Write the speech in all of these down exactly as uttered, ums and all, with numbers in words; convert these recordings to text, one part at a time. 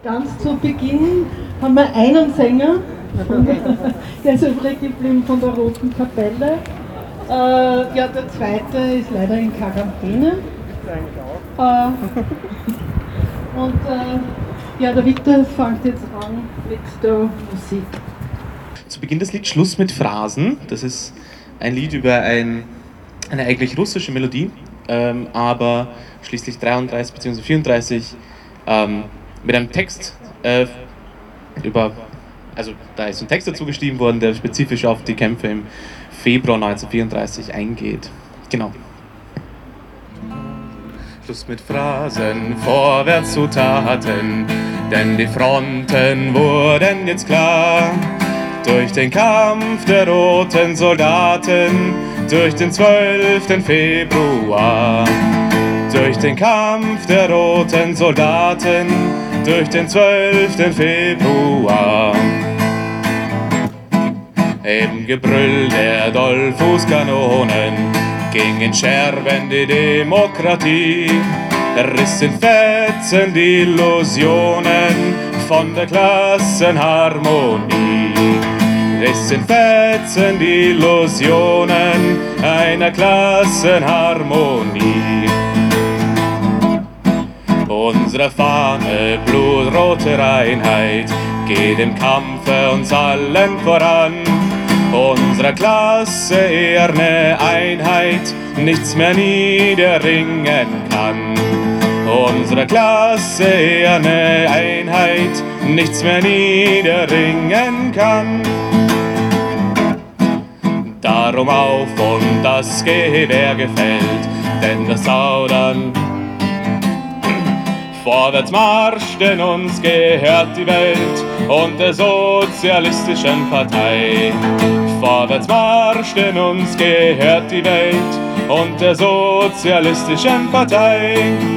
Ganz zu Beginn haben wir einen Sänger, der ist übrig geblieben von der Roten Kapelle. Äh, ja, der zweite ist leider in Quarantäne. Äh, und äh, ja, der Viktor fängt jetzt an mit der Musik. Zu Beginn des Lieds Schluss mit Phrasen. Das ist ein Lied über ein, eine eigentlich russische Melodie, ähm, aber schließlich dreiunddreißig bzw. vierunddreißig ähm, mit einem Text äh, über, also da ist ein Text dazu geschrieben worden, der spezifisch auf die Kämpfe im Februar neunzehnhundertvierunddreißig eingeht. Genau. Schluss mit Phrasen, vorwärts zu Taten, denn die Fronten wurden jetzt klar. Durch den Kampf der roten Soldaten, durch den zwölften Februar. Durch den Kampf der roten Soldaten, durch den zwölften Februar. Im Gebrüll der Dollfußkanonen ging in Scherben die Demokratie, riss in Fetzen die Illusionen von der Klassenharmonie. Riss in Fetzen die Illusionen einer Klassenharmonie. Unsere Fahne, blutrote Reinheit, geht im Kampfe uns allen voran. Unsere Klasse eherne Einheit, nichts mehr niederringen kann. Unsere Klasse eherne Einheit, nichts mehr niederringen kann. Darum auf und das Gewehr gefällt, denn das Zaudern. Vorwärts Marsch, denn uns gehört die Welt und der sozialistischen Partei. Vorwärts Marsch, denn uns gehört die Welt und der sozialistischen Partei.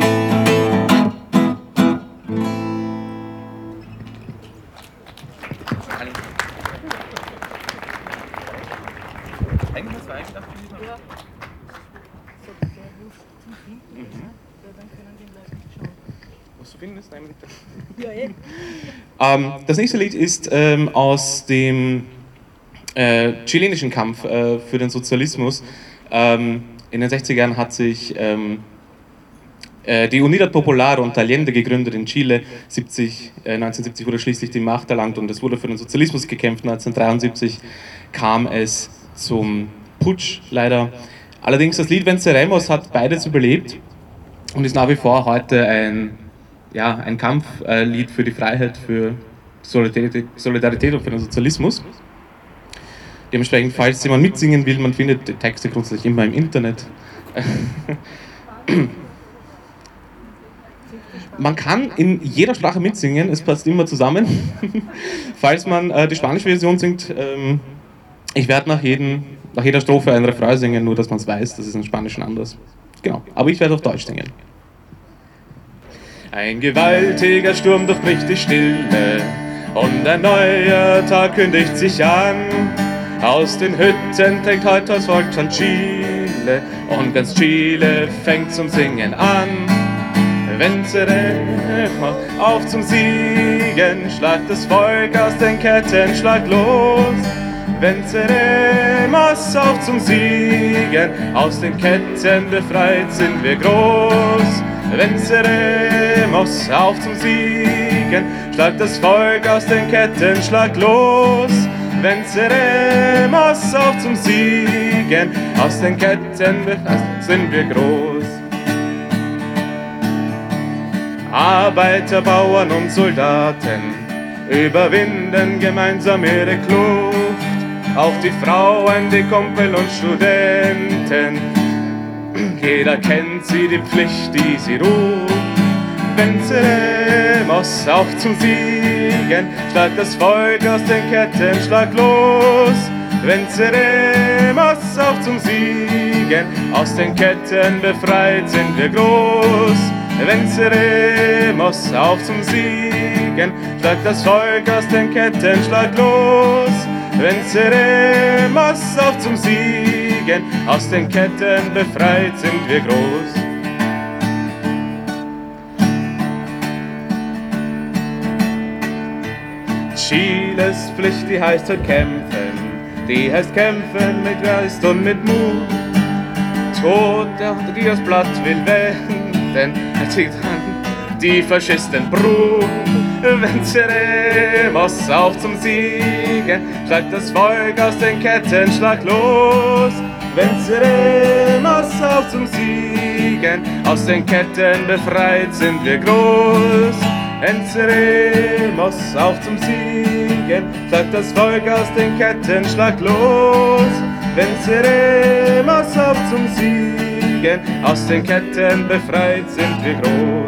Ähm, das nächste Lied ist ähm, aus dem äh, chilenischen Kampf äh, für den Sozialismus. Ähm, in den sechziger Jahren hat sich ähm, äh, die Unidad Popular unter Allende gegründet in Chile. siebzig, äh, neunzehnhundertsiebzig wurde schließlich die Macht erlangt und es wurde für den Sozialismus gekämpft. neunzehnhundertdreiundsiebzig kam es zum Putsch, leider. Allerdings das Lied Venceremos hat beides überlebt und ist nach wie vor heute ein Ja, ein Kampflied für die Freiheit, für Solidarität, Solidarität und für den Sozialismus. Dementsprechend, falls jemand mitsingen will, man findet die Texte grundsätzlich immer im Internet. Man kann in jeder Sprache mitsingen, es passt immer zusammen. Falls man äh, die spanische Version singt, ähm, ich werde nach, nach jeder Strophe ein Refrain singen, nur dass man es weiß, das ist in Spanischen anders. Genau, aber ich werde auf Deutsch singen. Ein gewaltiger Sturm durchbricht die Stille und ein neuer Tag kündigt sich an. Aus den Hütten trägt heute das Volk von Chile und ganz Chile fängt zum Singen an. Venceremos, auf zum Siegen, schlagt das Volk aus den Ketten, schlagt los. Venceremos, auf zum Siegen, aus den Ketten befreit sind wir groß. Venceremos, auf zum Siegen, schlagt das Volk aus den Ketten, schlagt los. Venceremos, auf zum Siegen, aus den Ketten befreit sind wir groß. Arbeiter, Bauern und Soldaten überwinden gemeinsam ihre Kluft. Auch die Frauen, die Kumpel und Studenten, jeder kennt sie, die Pflicht, die sie ruft. Venceremos, auf zum Siegen, schlagt das Volk aus den Ketten, schlagt los. Venceremos, auf zum Siegen, aus den Ketten befreit sind wir groß. Venceremos, auf zum Siegen, schlagt das Volk aus den Ketten, schlagt los. Venceremos, auf zum Siegen, aus den Ketten befreit sind wir groß. Chiles Pflicht, die heißt heute kämpfen, die heißt kämpfen mit Geist und mit Mut. Tod, der die das Blatt will wenden, er zieht an die Faschisten Brut. Venceremos auch zum Siegen, schlagt das Volk aus den Ketten, schlag los. Venceremos auch zum Siegen, aus den Ketten befreit sind wir groß. Venceremos auch zum Siegen, schlagt das Volk aus den Ketten, schlag los. Venceremos auch zum Siegen, aus den Ketten befreit sind wir groß.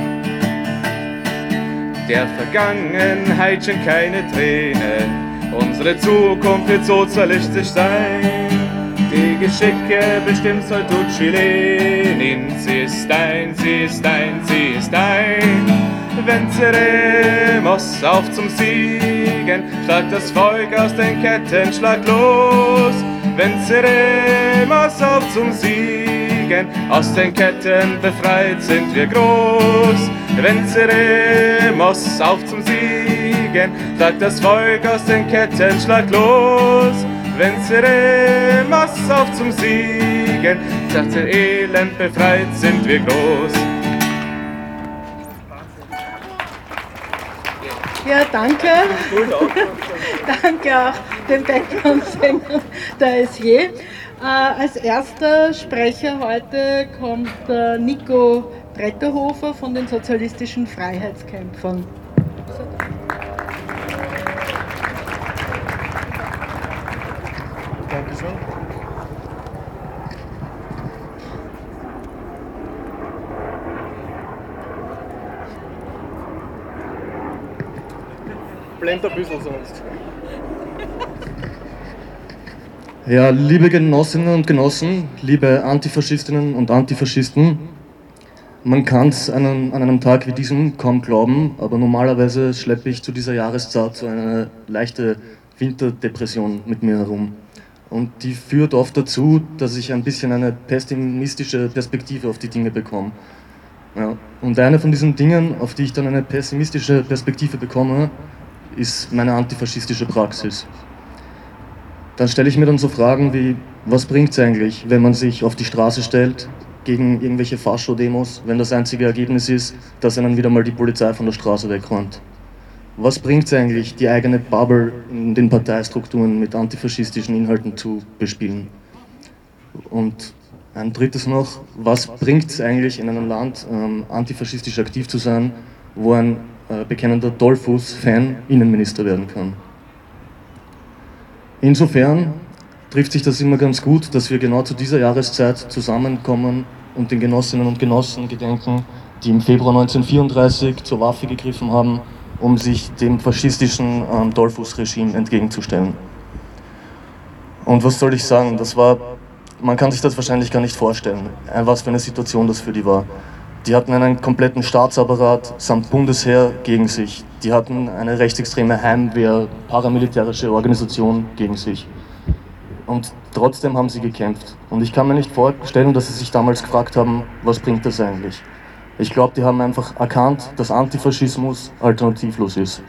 Der Vergangenheit schenkt keine Träne, unsere Zukunft wird sozialistisch sein. Die Geschicke bestimmt soll du Chilenin, sie ist dein, sie ist dein, sie ist dein. Venceremos auf zum Siegen, schlag das Volk aus den Ketten, schlag los. Venceremos auf zum Siegen, aus den Ketten befreit sind wir groß. Venceremos auf zum Siegen, schlag das Volk aus den Ketten, schlag los. Venceremos auf zum Siegen, sagt der Elend befreit sind wir groß. Ja, danke. Danke auch dem Background-Sänger der S J. Äh, als erster Sprecher heute kommt äh, Nico Bretterhofer von den sozialistischen Freiheitskämpfern. Dankeschön. Blend ein bisschen sonst. Ja, liebe Genossinnen und Genossen, liebe Antifaschistinnen und Antifaschisten, man kann es an einem Tag wie diesem kaum glauben, aber normalerweise schleppe ich zu dieser Jahreszeit so eine leichte Winterdepression mit mir herum. Und die führt oft dazu, dass ich ein bisschen eine pessimistische Perspektive auf die Dinge bekomme. Ja, und eine von diesen Dingen, auf die ich dann eine pessimistische Perspektive bekomme, ist meine antifaschistische Praxis. Dann stelle ich mir dann so Fragen wie, was bringt es eigentlich, wenn man sich auf die Straße stellt gegen irgendwelche Fascho-Demos, wenn das einzige Ergebnis ist, dass einen wieder mal die Polizei von der Straße wegräumt? Was bringt es eigentlich, die eigene Bubble in den Parteistrukturen mit antifaschistischen Inhalten zu bespielen? Und ein drittes noch, was bringt es eigentlich in einem Land, ähm, antifaschistisch aktiv zu sein, wo ein äh, bekennender Dollfuß-Fan Innenminister werden kann? Insofern trifft sich das immer ganz gut, dass wir genau zu dieser Jahreszeit zusammenkommen und den Genossinnen und Genossen gedenken, die im Februar neunzehnhundertvierunddreißig zur Waffe gegriffen haben, um sich dem faschistischen ähm, Dollfuß-Regime entgegenzustellen. Und was soll ich sagen, das war, man kann sich das wahrscheinlich gar nicht vorstellen, was für eine Situation das für die war. Die hatten einen kompletten Staatsapparat samt Bundesheer gegen sich. Die hatten eine rechtsextreme Heimwehr, paramilitärische Organisation gegen sich. Und trotzdem haben sie gekämpft. Und ich kann mir nicht vorstellen, dass sie sich damals gefragt haben, was bringt das eigentlich? Ich glaube, die haben einfach erkannt, dass Antifaschismus alternativlos ist.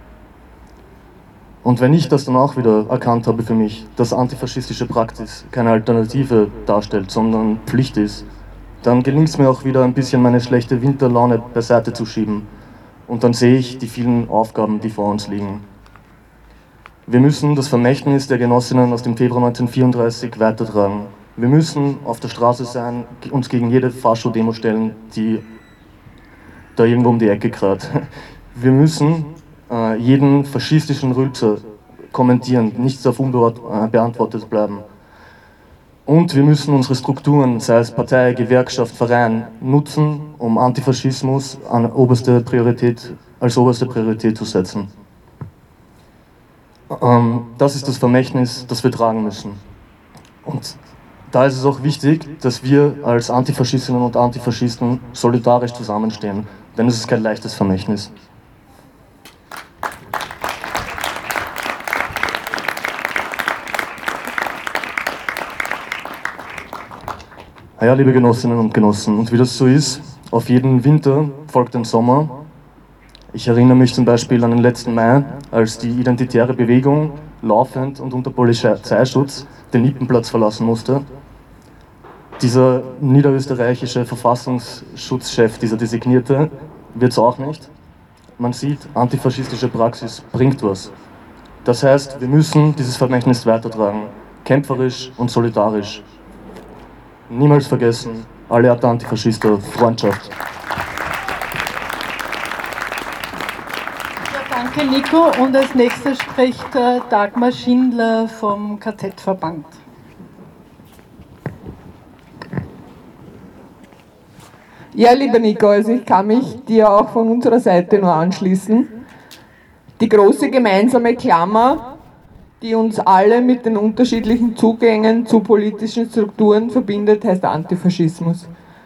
Und wenn ich das dann auch wieder erkannt habe für mich, dass antifaschistische Praxis keine Alternative darstellt, sondern Pflicht ist, dann gelingt es mir auch wieder ein bisschen meine schlechte Winterlaune beiseite zu schieben. Und dann sehe ich die vielen Aufgaben, die vor uns liegen. Wir müssen das Vermächtnis der Genossinnen aus dem Februar neunzehnhundertvierunddreißig weitertragen. Wir müssen auf der Straße sein, uns gegen jede Fascho-Demo stellen, die da irgendwo um die Ecke kratzt. Wir müssen äh, jeden faschistischen Rülpser kommentieren, nichts darf unbeantwortet bleiben. Und wir müssen unsere Strukturen, sei es Partei, Gewerkschaft, Verein, nutzen, um Antifaschismus an oberste Priorität, als oberste Priorität zu setzen. Ähm, das ist das Vermächtnis, das wir tragen müssen. Und da ist es auch wichtig, dass wir als Antifaschistinnen und Antifaschisten solidarisch zusammenstehen, denn es ist kein leichtes Vermächtnis. Ja, liebe Genossinnen und Genossen, und wie das so ist, auf jeden Winter folgt ein Sommer. Ich Ich erinnere mich zum Beispiel an den letzten Mai, als die identitäre Bewegung laufend und unter Polizeischutz den Nippenplatz verlassen musste. Dieser niederösterreichische Verfassungsschutzchef, dieser Designierte, wird es auch nicht. Man sieht, antifaschistische Praxis bringt was. Das heißt, wir müssen dieses Vermächtnis weitertragen, kämpferisch und solidarisch. Niemals vergessen, Alleata Antifascista, Freundschaft. Ja, danke Nico, und als nächstes spricht äh, Dagmar Schindler vom K Z-Verband. Ja, lieber Nico, also ich kann mich dir auch von unserer Seite nur anschließen. Die große gemeinsame Klammer, die uns alle mit den unterschiedlichen Zugängen zu politischen Strukturen verbindet, heißt Antifaschismus.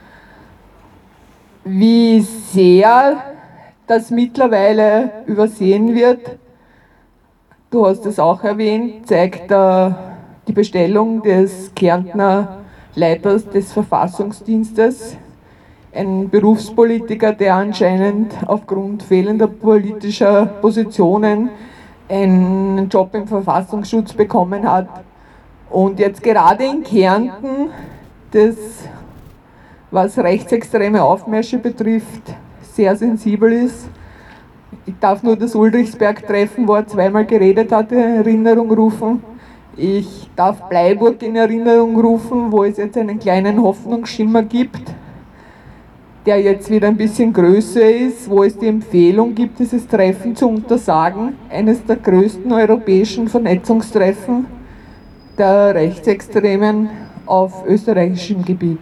Wie sehr das mittlerweile übersehen wird, du hast es auch erwähnt, zeigt äh, die Bestellung des Kärntner Leiters des Verfassungsdienstes, ein Berufspolitiker, der anscheinend aufgrund fehlender politischer Positionen einen Job im Verfassungsschutz bekommen hat und jetzt gerade in Kärnten, das, was rechtsextreme Aufmärsche betrifft, sehr sensibel ist. Ich darf nur das Ulrichsberg-Treffen, wo er zweimal geredet hat, in Erinnerung rufen. Ich darf Bleiburg in Erinnerung rufen, wo es jetzt einen kleinen Hoffnungsschimmer gibt, der jetzt wieder ein bisschen größer ist, wo es die Empfehlung gibt, dieses Treffen zu untersagen. Eines der größten europäischen Vernetzungstreffen der Rechtsextremen auf österreichischem Gebiet.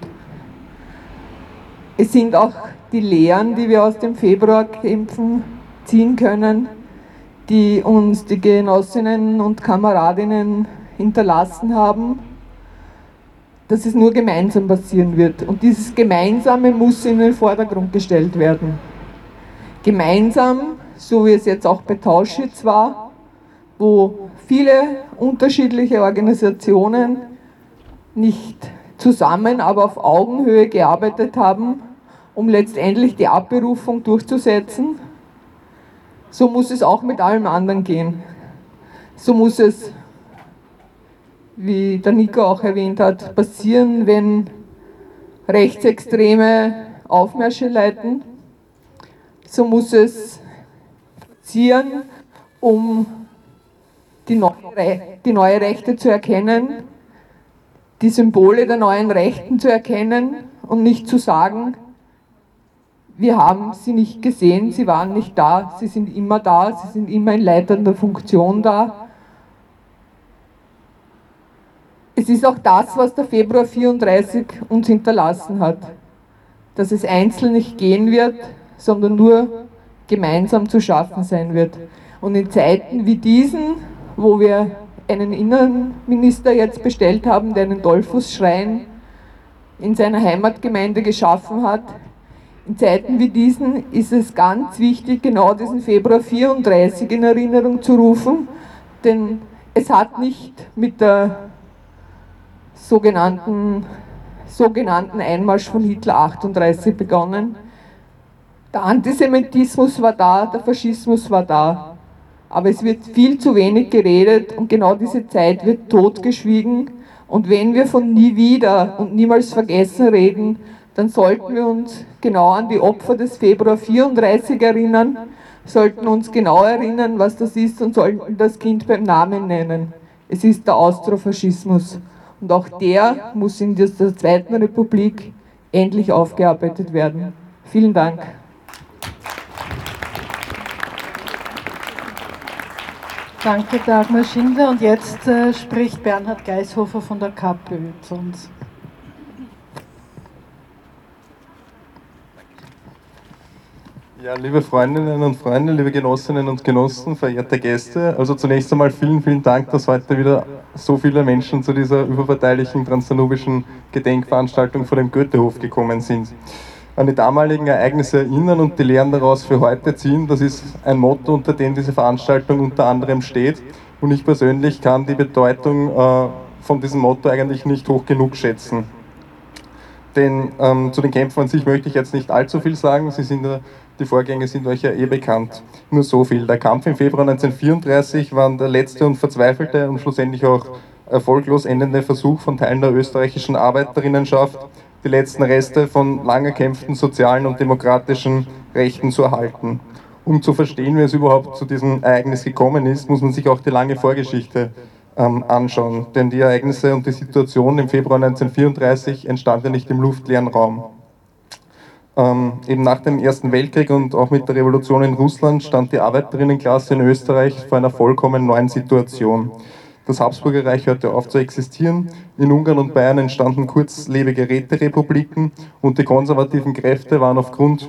Es sind auch die Lehren, die wir aus dem Februarkämpfen ziehen können, die uns die Genossinnen und Kameradinnen hinterlassen haben, dass es nur gemeinsam passieren wird. Und dieses Gemeinsame muss in den Vordergrund gestellt werden. Gemeinsam, so wie es jetzt auch bei Tauschitz war, wo viele unterschiedliche Organisationen nicht zusammen, aber auf Augenhöhe gearbeitet haben, um letztendlich die Abberufung durchzusetzen. So muss es auch mit allem anderen gehen. So muss es, wie der Nico auch erwähnt hat, passieren, wenn Rechtsextreme Aufmärsche leiten. So muss es passieren, um die neue, die neue Rechte zu erkennen, die Symbole der neuen Rechten zu erkennen und nicht zu sagen, wir haben sie nicht gesehen, sie waren nicht da, sie sind immer da, sie sind immer in leitender Funktion da. Es ist auch das, was der Februar vierunddreißig uns hinterlassen hat, dass es einzeln nicht gehen wird, sondern nur gemeinsam zu schaffen sein wird. Und in Zeiten wie diesen, wo wir einen Innenminister jetzt bestellt haben, der einen Dollfußschrein in seiner Heimatgemeinde geschaffen hat, in Zeiten wie diesen ist es ganz wichtig, genau diesen Februar vierunddreißig in Erinnerung zu rufen, denn es hat nicht mit der sogenannten, sogenannten Einmarsch von Hitler achtunddreißig begonnen. Der Antisemitismus war da, der Faschismus war da, aber es wird viel zu wenig geredet und genau diese Zeit wird totgeschwiegen. Und wenn wir von nie wieder und niemals vergessen reden, dann sollten wir uns genau an die Opfer des Februar vierunddreißig erinnern, sollten uns genau erinnern, was das ist und sollten das Kind beim Namen nennen. Es ist der Austrofaschismus. Und auch der muss in der Zweiten Republik endlich aufgearbeitet werden. Vielen Dank. Danke, Dagmar Schindler. Und jetzt äh, spricht Bernhard Geishofer von der KPÖ zu uns. Ja, liebe Freundinnen und Freunde, liebe Genossinnen und Genossen, verehrte Gäste, also zunächst einmal vielen, vielen Dank, dass heute wieder so viele Menschen zu dieser überparteilichen transdanubischen Gedenkveranstaltung vor dem Goethehof gekommen sind. An die damaligen Ereignisse erinnern und die Lehren daraus für heute ziehen, das ist ein Motto, unter dem diese Veranstaltung unter anderem steht. Und ich persönlich kann die Bedeutung äh, von diesem Motto eigentlich nicht hoch genug schätzen. Denn ähm, zu den Kämpfen an sich möchte ich jetzt nicht allzu viel sagen. Sie sind ja Die Vorgänge sind euch ja eh bekannt. Nur so viel. Der Kampf im Februar neunzehnhundertvierunddreißig war der letzte und verzweifelte und schlussendlich auch erfolglos endende Versuch von Teilen der österreichischen Arbeiterinnenschaft, die letzten Reste von lang erkämpften sozialen und demokratischen Rechten zu erhalten. Um zu verstehen, wie es überhaupt zu diesem Ereignis gekommen ist, muss man sich auch die lange Vorgeschichte ähm, anschauen. Denn die Ereignisse und die Situation im Februar neunzehnhundertvierunddreißig entstand ja nicht im luftleeren Raum. Ähm, eben nach dem Ersten Weltkrieg und auch mit der Revolution in Russland stand die Arbeiterinnenklasse in Österreich vor einer vollkommen neuen Situation. Das Habsburgerreich hörte auf zu existieren, in Ungarn und Bayern entstanden kurzlebige Räterepubliken und die konservativen Kräfte waren aufgrund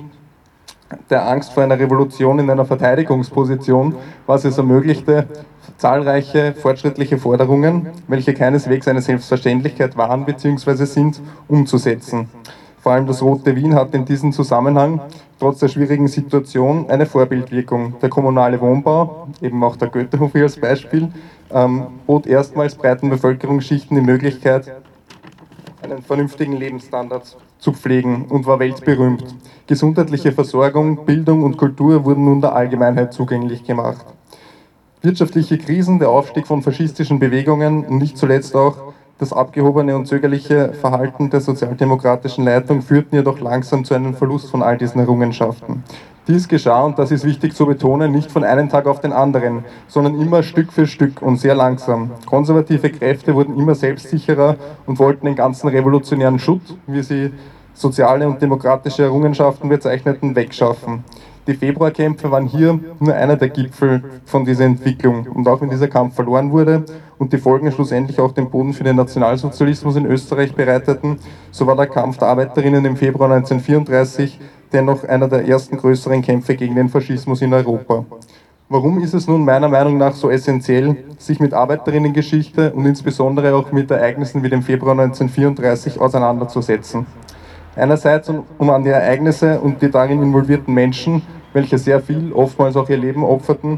der Angst vor einer Revolution in einer Verteidigungsposition, was es ermöglichte, zahlreiche fortschrittliche Forderungen, welche keineswegs eine Selbstverständlichkeit waren bzw. sind, umzusetzen. Vor allem das Rote Wien hat in diesem Zusammenhang, trotz der schwierigen Situation, eine Vorbildwirkung. Der kommunale Wohnbau, eben auch der Goethehof hier als Beispiel, ähm, bot erstmals breiten Bevölkerungsschichten die Möglichkeit, einen vernünftigen Lebensstandard zu pflegen und war weltberühmt. Gesundheitliche Versorgung, Bildung und Kultur wurden nun der Allgemeinheit zugänglich gemacht. Wirtschaftliche Krisen, der Aufstieg von faschistischen Bewegungen und nicht zuletzt auch das abgehobene und zögerliche Verhalten der sozialdemokratischen Leitung führten jedoch langsam zu einem Verlust von all diesen Errungenschaften. Dies geschah, und das ist wichtig zu betonen, nicht von einem Tag auf den anderen, sondern immer Stück für Stück und sehr langsam. Konservative Kräfte wurden immer selbstsicherer und wollten den ganzen revolutionären Schutt, wie sie soziale und demokratische Errungenschaften bezeichneten, wegschaffen. Die Februarkämpfe waren hier nur einer der Gipfel von dieser Entwicklung. Und auch wenn dieser Kampf verloren wurde und die Folgen schlussendlich auch den Boden für den Nationalsozialismus in Österreich bereiteten, so war der Kampf der Arbeiterinnen im Februar neunzehnhundertvierunddreißig dennoch einer der ersten größeren Kämpfe gegen den Faschismus in Europa. Warum ist es nun meiner Meinung nach so essentiell, sich mit Arbeiterinnengeschichte und insbesondere auch mit Ereignissen wie dem Februar neunzehnhundertvierunddreißig auseinanderzusetzen? Einerseits, um an die Ereignisse und die darin involvierten Menschen, welche sehr viel, oftmals auch ihr Leben opferten,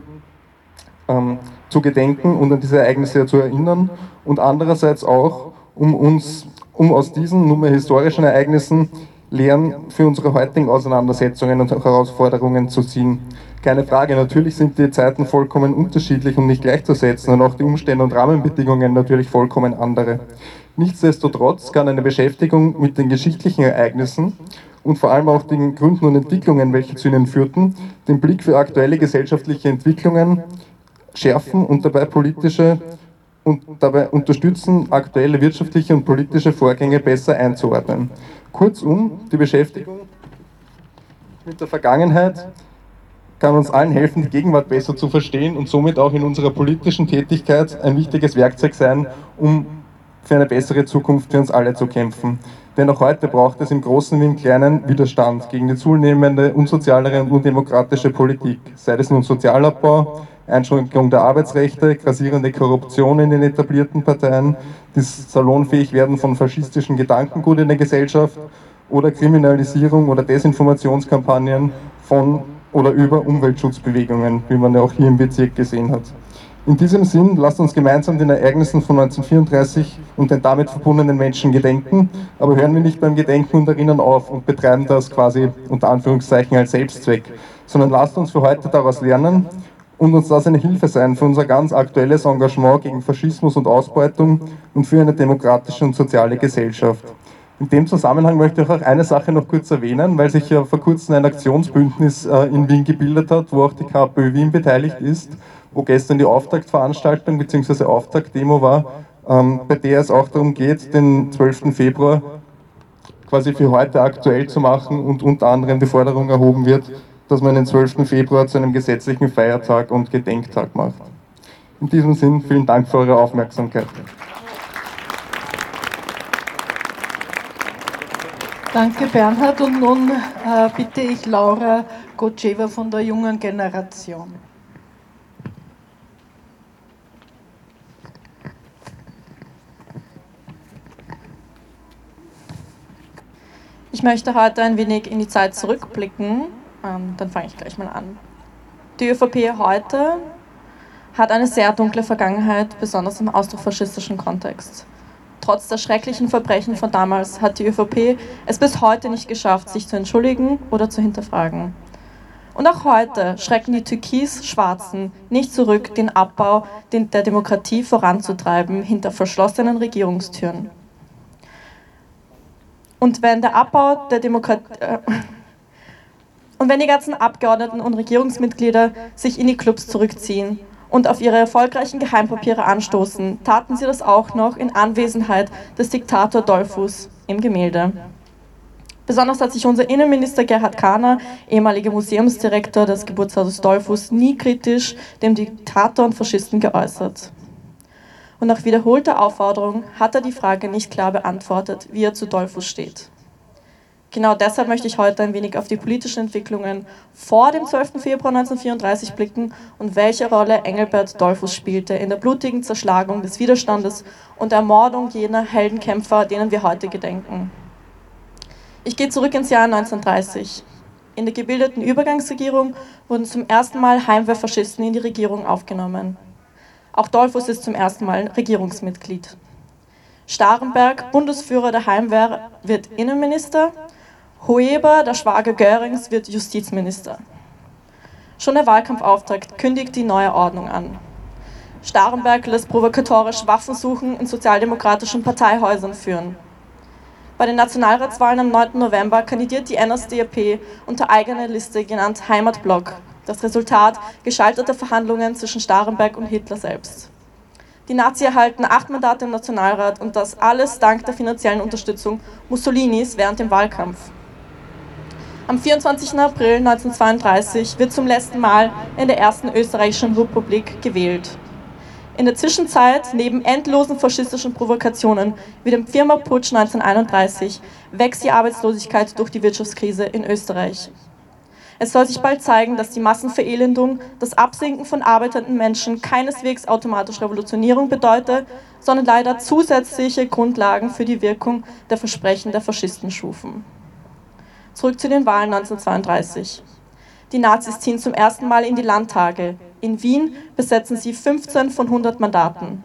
ähm, zu gedenken und an diese Ereignisse zu erinnern, und andererseits auch, um uns, um aus diesen nunmehr historischen Ereignissen Lehren für unsere heutigen Auseinandersetzungen und Herausforderungen zu ziehen. Keine Frage, natürlich sind die Zeiten vollkommen unterschiedlich und nicht gleichzusetzen und auch die Umstände und Rahmenbedingungen natürlich vollkommen andere. Nichtsdestotrotz kann eine Beschäftigung mit den geschichtlichen Ereignissen und vor allem auch den Gründen und Entwicklungen, welche zu ihnen führten, den Blick für aktuelle gesellschaftliche Entwicklungen schärfen und dabei politische und dabei unterstützen, aktuelle wirtschaftliche und politische Vorgänge besser einzuordnen. Kurzum, die Beschäftigung mit der Vergangenheit kann uns allen helfen, die Gegenwart besser zu verstehen und somit auch in unserer politischen Tätigkeit ein wichtiges Werkzeug sein, um für eine bessere Zukunft für uns alle zu kämpfen. Denn auch heute braucht es im Großen wie im Kleinen Widerstand gegen die zunehmende unsozialere und undemokratische Politik, sei es nun Sozialabbau, Einschränkung der Arbeitsrechte, grassierende Korruption in den etablierten Parteien, das Salonfähigwerden von faschistischen Gedankengut in der Gesellschaft oder Kriminalisierung oder Desinformationskampagnen von oder über Umweltschutzbewegungen, wie man ja auch hier im Bezirk gesehen hat. In diesem Sinn, lasst uns gemeinsam den Ereignissen von neunzehnhundertvierunddreißig und den damit verbundenen Menschen gedenken, aber hören wir nicht beim Gedenken und Erinnern auf und betreiben das quasi unter Anführungszeichen als Selbstzweck, sondern lasst uns für heute daraus lernen und uns das eine Hilfe sein für unser ganz aktuelles Engagement gegen Faschismus und Ausbeutung und für eine demokratische und soziale Gesellschaft. In dem Zusammenhang möchte ich auch eine Sache noch kurz erwähnen, weil sich ja vor kurzem ein Aktionsbündnis in Wien gebildet hat, wo auch die KPÖ Wien beteiligt ist, wo gestern die Auftaktveranstaltung bzw. Auftaktdemo war, ähm, bei der es auch darum geht, den zwölften Februar quasi für heute aktuell zu machen und unter anderem die Forderung erhoben wird, dass man den zwölften Februar zu einem gesetzlichen Feiertag und Gedenktag macht. In diesem Sinn, vielen Dank für eure Aufmerksamkeit. Danke Bernhard, und nun äh, bitte ich Laura Gotschewa von der jungen Generation. Ich möchte heute ein wenig in die Zeit zurückblicken, ähm, dann fange ich gleich mal an. Die ÖVP heute hat eine sehr dunkle Vergangenheit, besonders im austrofaschistischen Kontext. Trotz der schrecklichen Verbrechen von damals hat die ÖVP es bis heute nicht geschafft, sich zu entschuldigen oder zu hinterfragen. Und auch heute schrecken die Türkis-Schwarzen nicht zurück, den Abbau der Demokratie voranzutreiben hinter verschlossenen Regierungstüren. Und wenn der Abbau der Demokratie... Äh, und wenn die ganzen Abgeordneten und Regierungsmitglieder sich in die Clubs zurückziehen und auf ihre erfolgreichen Geheimpapiere anstoßen, taten sie das auch noch in Anwesenheit des Diktator Dollfuß im Gemälde. Besonders hat sich unser Innenminister Gerhard Kahner, ehemaliger Museumsdirektor des Geburtshauses Dollfuß, nie kritisch dem Diktator und Faschisten geäußert. Und nach wiederholter Aufforderung hat er die Frage nicht klar beantwortet, wie er zu Dollfuß steht. Genau deshalb möchte ich heute ein wenig auf die politischen Entwicklungen vor dem zwölften Februar neunzehnhundertvierunddreißig blicken und welche Rolle Engelbert Dollfuß spielte in der blutigen Zerschlagung des Widerstandes und der Ermordung jener Heldenkämpfer, denen wir heute gedenken. Ich gehe zurück ins Jahr neunzehnhundertdreißig. In der gebildeten Übergangsregierung wurden zum ersten Mal Heimwehrfaschisten in die Regierung aufgenommen. Auch Dollfuß ist zum ersten Mal Regierungsmitglied. Starenberg, Bundesführer der Heimwehr, wird Innenminister. Hoeber, der Schwager Görings, wird Justizminister. Schon der Wahlkampfauftakt kündigt die neue Ordnung an. Starenberg lässt provokatorisch Waffensuchen in sozialdemokratischen Parteihäusern führen. Bei den Nationalratswahlen am neunten November kandidiert die N S D A P unter eigener Liste, genannt Heimatblock, das Resultat gescheiterter Verhandlungen zwischen Starenberg und Hitler selbst. Die Nazis erhalten acht Mandate im Nationalrat und das alles dank der finanziellen Unterstützung Mussolinis während dem Wahlkampf. Am vierundzwanzigsten April neunzehnhundertzweiunddreißig wird zum letzten Mal in der ersten österreichischen Republik gewählt. In der Zwischenzeit, neben endlosen faschistischen Provokationen wie dem Firmaputsch neunzehnhunderteinunddreißig, wächst die Arbeitslosigkeit durch die Wirtschaftskrise in Österreich. Es soll sich bald zeigen, dass die Massenverelendung, das Absinken von arbeitenden Menschen keineswegs automatisch Revolutionierung bedeutet, sondern leider zusätzliche Grundlagen für die Wirkung der Versprechen der Faschisten schufen. Zurück zu den Wahlen neunzehnhundertzweiunddreißig. Die Nazis ziehen zum ersten Mal in die Landtage. In Wien besetzen sie fünfzehn von hundert Mandaten.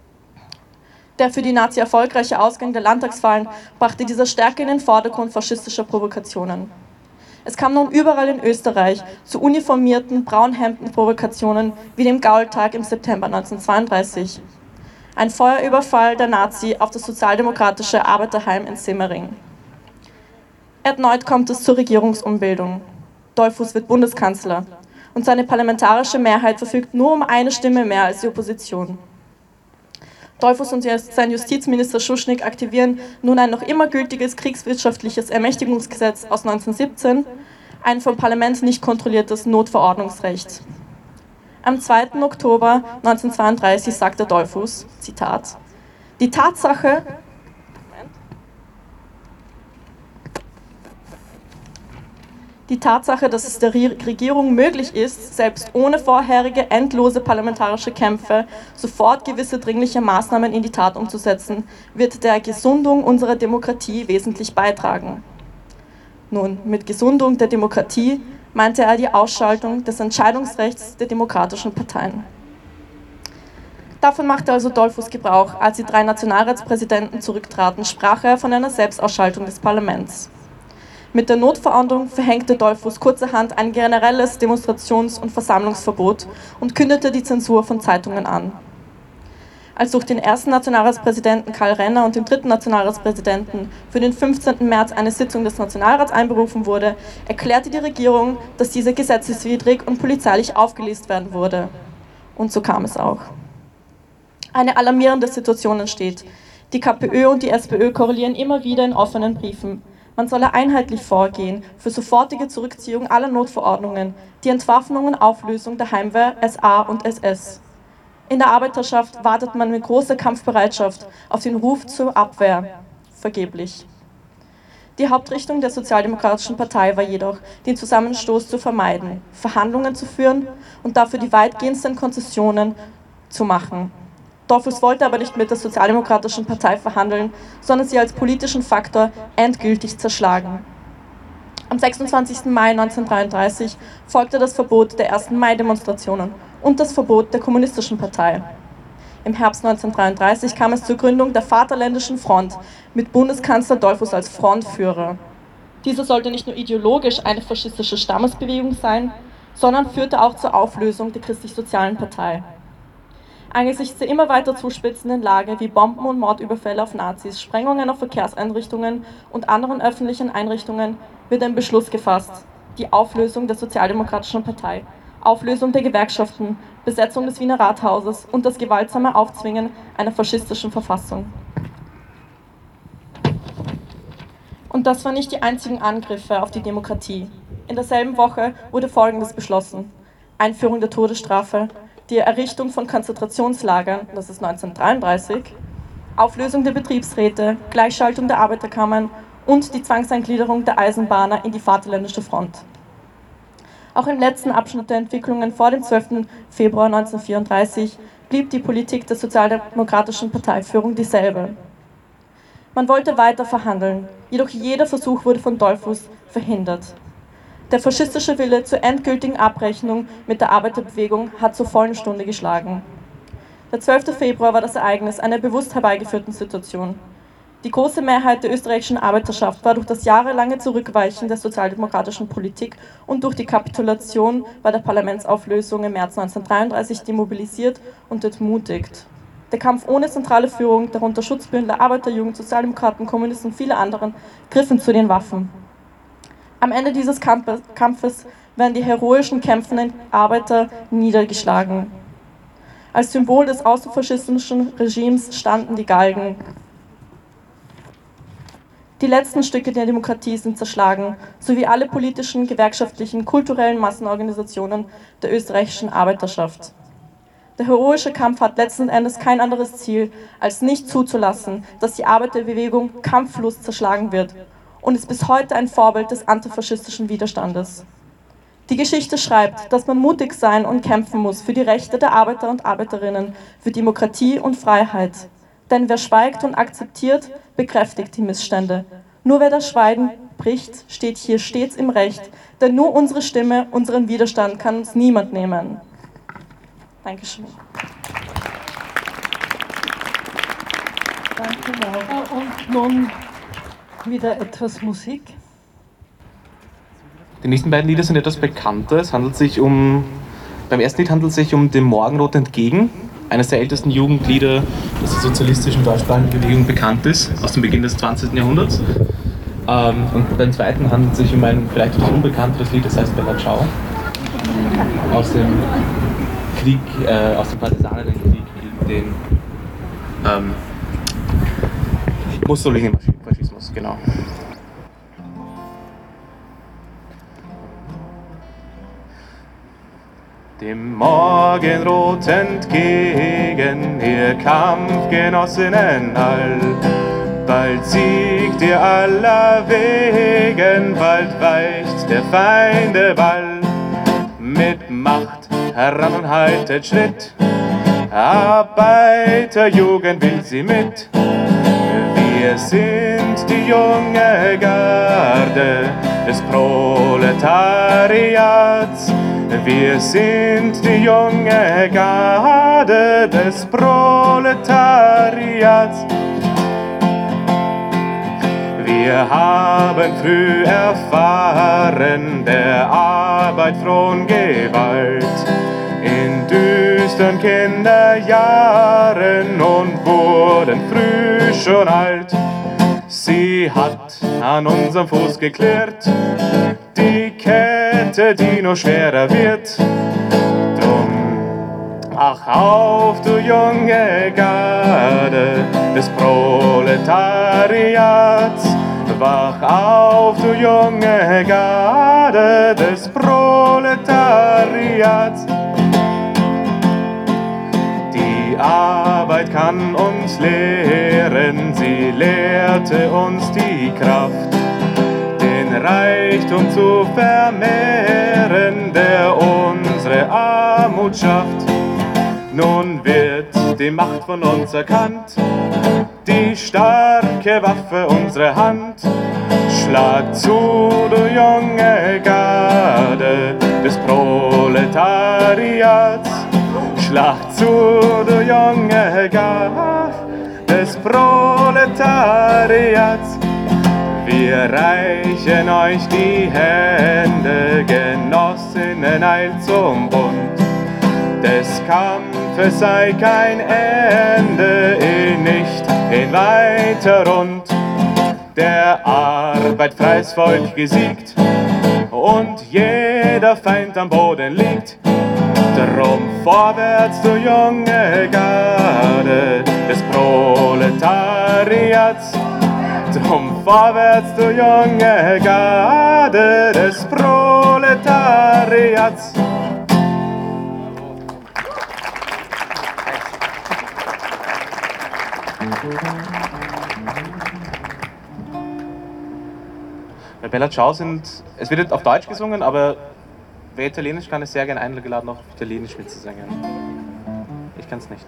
Der für die Nazi erfolgreiche Ausgang der Landtagswahlen brachte dieser Stärke in den Vordergrund faschistischer Provokationen. Es kam nun überall in Österreich zu uniformierten Braunhemden-Provokationen wie dem Gaultag im September neunzehnhundertzweiunddreißig. Ein Feuerüberfall der Nazi auf das sozialdemokratische Arbeiterheim in Simmering. Erneut kommt es zur Regierungsumbildung. Dollfuß wird Bundeskanzler und seine parlamentarische Mehrheit verfügt nur um eine Stimme mehr als die Opposition. Dollfuß und sein Justizminister Schuschnigg aktivieren nun ein noch immer gültiges kriegswirtschaftliches Ermächtigungsgesetz aus neunzehnhundertsiebzehn, ein vom Parlament nicht kontrolliertes Notverordnungsrecht. Am zweiten Oktober neunzehnhundertzweiunddreißig sagte Dollfuß, Zitat, die Tatsache, Die Tatsache, dass es der Regierung möglich ist, selbst ohne vorherige endlose parlamentarische Kämpfe sofort gewisse dringliche Maßnahmen in die Tat umzusetzen, wird der Gesundung unserer Demokratie wesentlich beitragen. Nun, mit Gesundung der Demokratie meinte er die Ausschaltung des Entscheidungsrechts der demokratischen Parteien. Davon machte also Dollfuß Gebrauch. Als die drei Nationalratspräsidenten zurücktraten, sprach er von einer Selbstausschaltung des Parlaments. Mit der Notverordnung verhängte Dollfuß kurzerhand ein generelles Demonstrations- und Versammlungsverbot und kündete die Zensur von Zeitungen an. Als durch den ersten Nationalratspräsidenten Karl Renner und den dritten Nationalratspräsidenten für den fünfzehnten März eine Sitzung des Nationalrats einberufen wurde, erklärte die Regierung, dass diese gesetzeswidrig und polizeilich aufgelöst werden würde. Und so kam es auch. Eine alarmierende Situation entsteht. Die KPÖ und die SPÖ korrelieren immer wieder in offenen Briefen. Man solle einheitlich vorgehen für sofortige Zurückziehung aller Notverordnungen, die Entwaffnung und Auflösung der Heimwehr S A und S S. In der Arbeiterschaft wartet man mit großer Kampfbereitschaft auf den Ruf zur Abwehr. Vergeblich. Die Hauptrichtung der Sozialdemokratischen Partei war jedoch, den Zusammenstoß zu vermeiden, Verhandlungen zu führen und dafür die weitgehendsten Konzessionen zu machen. Dollfuß wollte aber nicht mit der Sozialdemokratischen Partei verhandeln, sondern sie als politischen Faktor endgültig zerschlagen. Am sechsundzwanzigsten Mai neunzehnhundertdreiunddreißig folgte das Verbot der ersten Mai-Demonstrationen und das Verbot der Kommunistischen Partei. Im Herbst neunzehnhundertdreiunddreißig kam es zur Gründung der Vaterländischen Front mit Bundeskanzler Dollfuß als Frontführer. Diese sollte nicht nur ideologisch eine faschistische Stammesbewegung sein, sondern führte auch zur Auflösung der christlich-sozialen Partei. Angesichts der immer weiter zuspitzenden Lage wie Bomben- und Mordüberfälle auf Nazis, Sprengungen auf Verkehrseinrichtungen und anderen öffentlichen Einrichtungen wird ein Beschluss gefasst: die Auflösung der Sozialdemokratischen Partei, Auflösung der Gewerkschaften, Besetzung des Wiener Rathauses und das gewaltsame Aufzwingen einer faschistischen Verfassung. Und das waren nicht die einzigen Angriffe auf die Demokratie. In derselben Woche wurde Folgendes beschlossen: Einführung der Todesstrafe, die Errichtung von Konzentrationslagern, das ist neunzehnhundertdreiunddreißig, Auflösung der Betriebsräte, Gleichschaltung der Arbeiterkammern und die Zwangseingliederung der Eisenbahner in die Vaterländische Front. Auch im letzten Abschnitt der Entwicklungen vor dem zwölften Februar neunzehnhundertvierunddreißig blieb die Politik der Sozialdemokratischen Parteiführung dieselbe. Man wollte weiter verhandeln, jedoch jeder Versuch wurde von Dollfuß verhindert. Der faschistische Wille zur endgültigen Abrechnung mit der Arbeiterbewegung hat zur vollen Stunde geschlagen. Der zwölfte Februar war das Ereignis einer bewusst herbeigeführten Situation. Die große Mehrheit der österreichischen Arbeiterschaft war durch das jahrelange Zurückweichen der sozialdemokratischen Politik und durch die Kapitulation bei der Parlamentsauflösung im März neunzehnhundertdreiunddreißig demobilisiert und entmutigt. Der Kampf ohne zentrale Führung, darunter Schutzbündler, Arbeiterjugend, Sozialdemokraten, Kommunisten und viele anderen, griffen zu den Waffen. Am Ende dieses Kampfes werden die heroischen kämpfenden Arbeiter niedergeschlagen. Als Symbol des außerfaschistischen Regimes standen die Galgen. Die letzten Stücke der Demokratie sind zerschlagen, sowie alle politischen, gewerkschaftlichen, kulturellen Massenorganisationen der österreichischen Arbeiterschaft. Der heroische Kampf hat letzten Endes kein anderes Ziel, als nicht zuzulassen, dass die Arbeiterbewegung kampflos zerschlagen wird, und ist bis heute ein Vorbild des antifaschistischen Widerstandes. Die Geschichte schreibt, dass man mutig sein und kämpfen muss für die Rechte der Arbeiter und Arbeiterinnen, für Demokratie und Freiheit. Denn wer schweigt und akzeptiert, bekräftigt die Missstände. Nur wer das Schweigen bricht, steht hier stets im Recht, denn nur unsere Stimme, unseren Widerstand kann uns niemand nehmen. Dankeschön. Danke, Laura. Und nun wieder etwas Musik. Die nächsten beiden Lieder sind etwas bekannter. Es handelt sich um, beim ersten Lied handelt es sich um Dem Morgenrot entgegen, eines der ältesten Jugendlieder, das der sozialistischen deutschsprachigen Bewegung bekannt ist, aus dem Beginn des zwanzigsten Jahrhunderts. Ähm, und beim zweiten handelt es sich um ein vielleicht etwas unbekannteres Lied, das heißt Bella Ciao, aus dem Krieg, äh, aus dem Partisanenkrieg gegen den ähm, Mussolini-Faschismus, genau. Dem Morgenrot entgegen, ihr Kampfgenossinnen all, bald siegt ihr aller Wegen, bald weicht der Feinde Ball. Mit Macht heran und haltet Schritt, Arbeiterjugend will sie mit. Wir sind die junge Garde des Proletariats. Wir sind die junge Garde des Proletariats. Wir haben früh erfahren der Arbeit Frohngewalt in düstern Kinderjahren und wurden früh schon alt. Sie hat an unserem Fuß geklirrt, die Kette, die nur schwerer wird. Drum, ach auf, du junge Garde des Proletariats, wach auf, du junge Garde des Proletariats. Die Arbeit kann uns lehren, sie lehrte uns die Kraft, den Reichtum zu vermehren, der unsere Armut schafft. Nun wird die Macht von uns erkannt, die starke Waffe unsere Hand. Schlag zu, du junge Garde des Proletariats. Schlag zu, du junge Garde des Proletariats. Wir Wir reichen euch die Hände, Genossinnen, eilt zum Bund. Des Kampfes sei kein Ende, eh nicht in weiter Rund. Der Arbeit freies Volk gesiegt und jeder Feind am Boden liegt. Drum vorwärts, du junge Garde des Proletariats. Drum vorwärts, du junge Garde des Proletariats. Bei Bella Ciao sind, es wird auf Deutsch gesungen, aber wer Italienisch kann, ist sehr gerne eingeladen, auch auf Italienisch mitzusingen. Ich kann es nicht.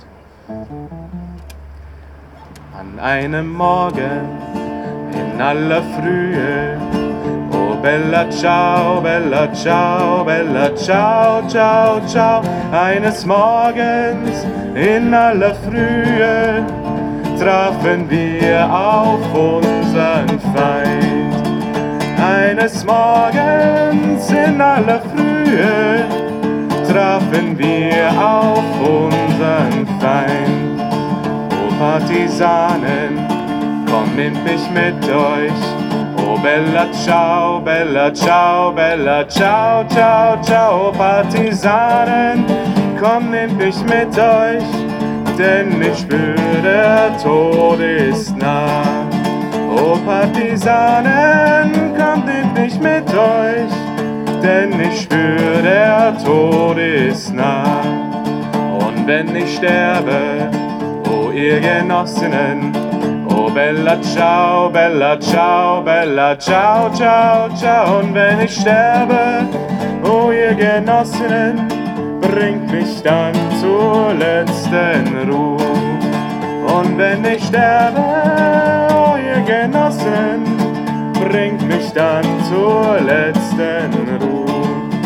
An einem Morgen in aller Frühe, oh Bella Ciao, Bella Ciao, Bella Ciao, Ciao, Ciao. Eines Morgens in aller Frühe trafen wir auf unseren Feind. Eines Morgens in aller Frühe trafen wir auf unseren Feind. O Partisanen, komm, nimm mich mit euch. Oh Bella Ciao, Bella Ciao, Bella Ciao, Ciao, Ciao. Partisanen, komm, nimm mich mit euch, denn ich spüre, der Tod ist nah. O Partisanen, kommt nicht mit euch, denn ich spüre, der Tod ist nah. Und wenn ich sterbe, o ihr Genossinnen, o Bella Ciao, Bella Ciao, Bella Ciao, Ciao, Ciao. Und wenn ich sterbe, o ihr Genossinnen, bringt mich dann zur letzten Ruhe. Und wenn ich sterbe, o ihr Genossen, bringt mich dann zur letzten Ruhe.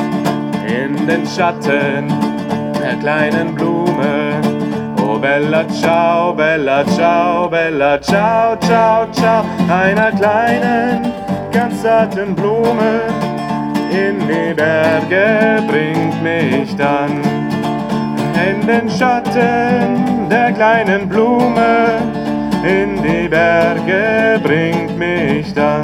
In den Schatten der kleinen Blume, oh Bella Ciao, Bella Ciao, Bella Ciao, Ciao, Ciao. Einer kleinen, ganz zarten Blume, in die Berge bringt mich dann. In den Schatten der kleinen Blume, in die Berge bringt mich dann.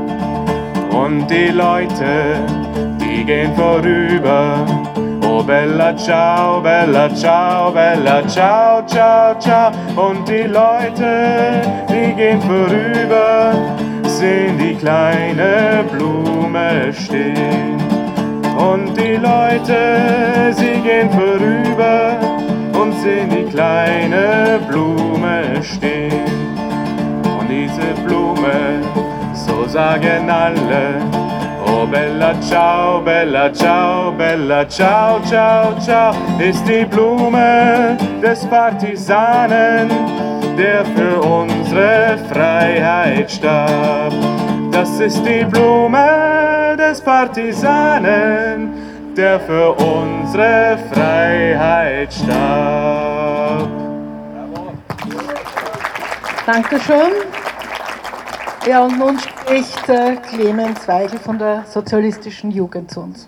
Und die Leute, die gehen vorüber, oh Bella Ciao, Bella Ciao, Bella Ciao, Ciao, Ciao. Und die Leute, die gehen vorüber, sehen die kleine Blume stehen. Und die Leute, sie gehen vorüber und sehen die kleine Blume stehen. Und diese Blume, so sagen alle, oh Bella Ciao, Bella Ciao, Bella Ciao, Ciao, Ciao, ist die Blume des Partisanen, der für unsere Freiheit starb. Das ist die Blume des Partisanen, der für unsere Freiheit starb. Dankeschön. Ja, und nun spricht äh, Clemens Weigel von der Sozialistischen Jugend zu uns.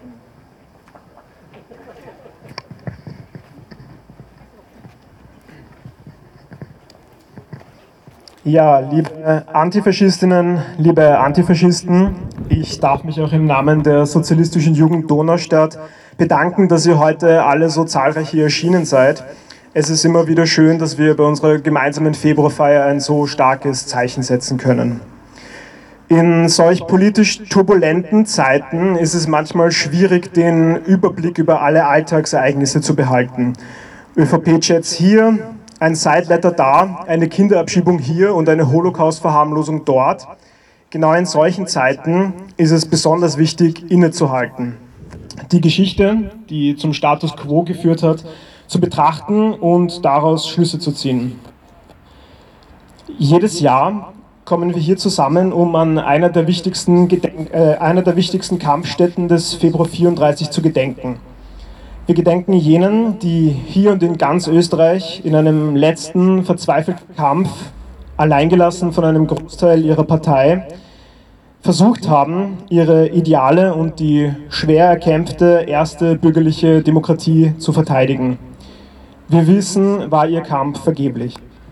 Ja, liebe Antifaschistinnen, liebe Antifaschisten, ich darf mich auch im Namen der Sozialistischen Jugend Donaustadt bedanken, dass ihr heute alle so zahlreich hier erschienen seid. Es ist immer wieder schön, dass wir bei unserer gemeinsamen Februarfeier ein so starkes Zeichen setzen können. In solch politisch turbulenten Zeiten ist es manchmal schwierig, den Überblick über alle Alltagsereignisse zu behalten. ÖVP-Chats hier, ein Sideletter da, eine Kinderabschiebung hier und eine Holocaust-Verharmlosung dort. Genau in solchen Zeiten ist es besonders wichtig, innezuhalten. Die Geschichte, die zum Status quo geführt hat, zu betrachten und daraus Schlüsse zu ziehen. Jedes Jahr kommen wir hier zusammen, um an einer der wichtigsten, Gedenk- äh, einer der wichtigsten Kampfstätten des Februar vierunddreißig zu gedenken. Wir gedenken jenen, die hier und in ganz Österreich in einem letzten verzweifelten Kampf, alleingelassen von einem Großteil ihrer Partei, versucht haben, ihre Ideale und die schwer erkämpfte erste bürgerliche Demokratie zu verteidigen. Wir wissen, war ihr Kampf vergeblich.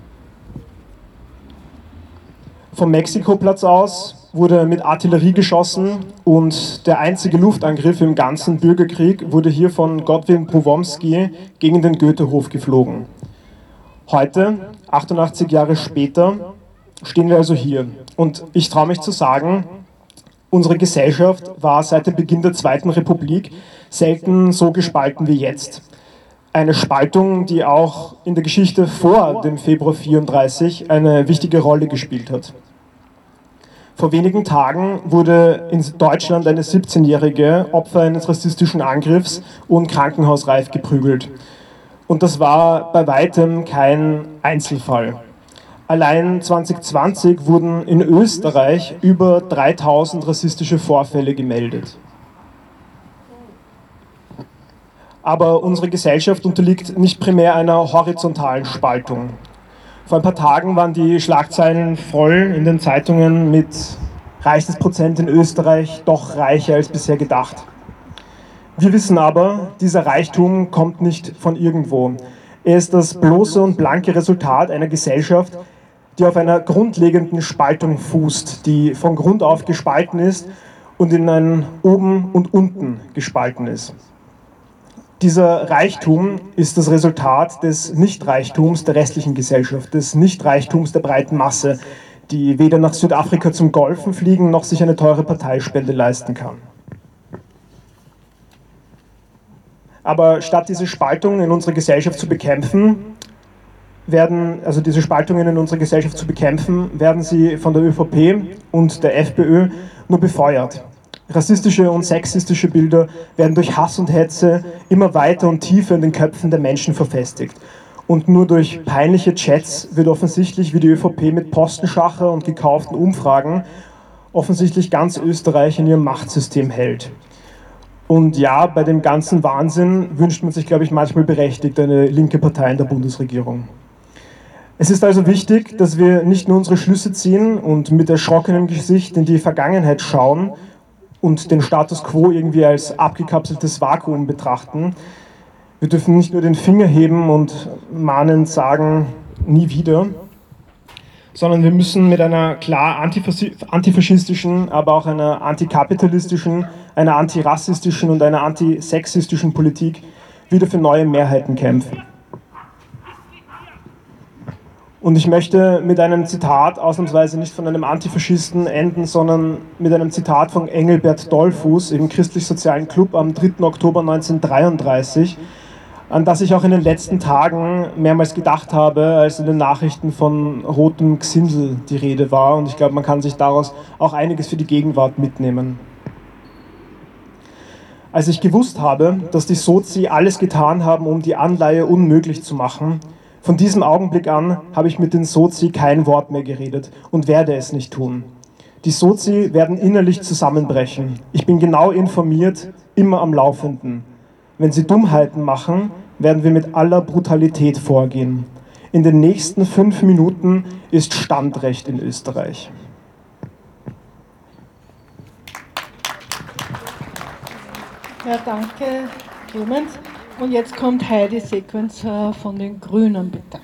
Vom Mexikoplatz aus wurde mit Artillerie geschossen und der einzige Luftangriff im ganzen Bürgerkrieg wurde hier von Godwin Powązki gegen den Goethehof geflogen. Heute, achtundachtzig Jahre später, stehen wir also hier. Und ich traue mich zu sagen, unsere Gesellschaft war seit dem Beginn der Zweiten Republik selten so gespalten wie jetzt. Eine Spaltung, die auch in der Geschichte vor dem Februar vierunddreißig eine wichtige Rolle gespielt hat. Vor wenigen Tagen wurde in Deutschland eine siebzehnjährige Opfer eines rassistischen Angriffs und krankenhausreif geprügelt. Und das war bei weitem kein Einzelfall. Allein zwanzig zwanzig wurden in Österreich über dreitausend rassistische Vorfälle gemeldet. Aber unsere Gesellschaft unterliegt nicht primär einer horizontalen Spaltung. Vor ein paar Tagen waren die Schlagzeilen voll in den Zeitungen mit reichstes Prozent in Österreich, doch reicher als bisher gedacht. Wir wissen aber, dieser Reichtum kommt nicht von irgendwo. Er ist das bloße und blanke Resultat einer Gesellschaft, die auf einer grundlegenden Spaltung fußt, die von Grund auf gespalten ist und in ein Oben und Unten gespalten ist. Dieser Reichtum ist das Resultat des Nichtreichtums der restlichen Gesellschaft, des Nichtreichtums der breiten Masse, die weder nach Südafrika zum Golfen fliegen, noch sich eine teure Parteispende leisten kann. Aber statt diese Spaltung in unserer Gesellschaft zu bekämpfen, werden, also diese Spaltungen in unserer Gesellschaft zu bekämpfen, werden sie von der ÖVP und der FPÖ nur befeuert. Rassistische und sexistische Bilder werden durch Hass und Hetze immer weiter und tiefer in den Köpfen der Menschen verfestigt. Und nur durch peinliche Chats wird offensichtlich, wie die ÖVP mit Postenschacher und gekauften Umfragen offensichtlich ganz Österreich in ihrem Machtsystem hält. Und ja, bei dem ganzen Wahnsinn wünscht man sich, glaube ich, manchmal berechtigt eine linke Partei in der Bundesregierung. Es ist also wichtig, dass wir nicht nur unsere Schlüsse ziehen und mit erschrockenem Gesicht in die Vergangenheit schauen und den Status quo irgendwie als abgekapseltes Vakuum betrachten. Wir dürfen nicht nur den Finger heben und mahnend sagen, nie wieder, sondern wir müssen mit einer klar antifaschistischen, aber auch einer antikapitalistischen, einer antirassistischen und einer antisexistischen Politik wieder für neue Mehrheiten kämpfen. Und ich möchte mit einem Zitat ausnahmsweise nicht von einem Antifaschisten enden, sondern mit einem Zitat von Engelbert Dollfuß im Christlich-Sozialen Club am dritten Oktober neunzehnhundertdreiunddreißig, an das ich auch in den letzten Tagen mehrmals gedacht habe, als in den Nachrichten von rotem Gsindel die Rede war. Und ich glaube, man kann sich daraus auch einiges für die Gegenwart mitnehmen. Als ich gewusst habe, dass die Sozi alles getan haben, um die Anleihe unmöglich zu machen, von diesem Augenblick an habe ich mit den Sozi kein Wort mehr geredet und werde es nicht tun. Die Sozi werden innerlich zusammenbrechen. Ich bin genau informiert, immer am Laufenden. Wenn sie Dummheiten machen, werden wir mit aller Brutalität vorgehen. In den nächsten fünf Minuten ist Standrecht in Österreich. Ja, danke, Clemens. Und jetzt kommt Heidi Sequenzer von den Grünen, bitte.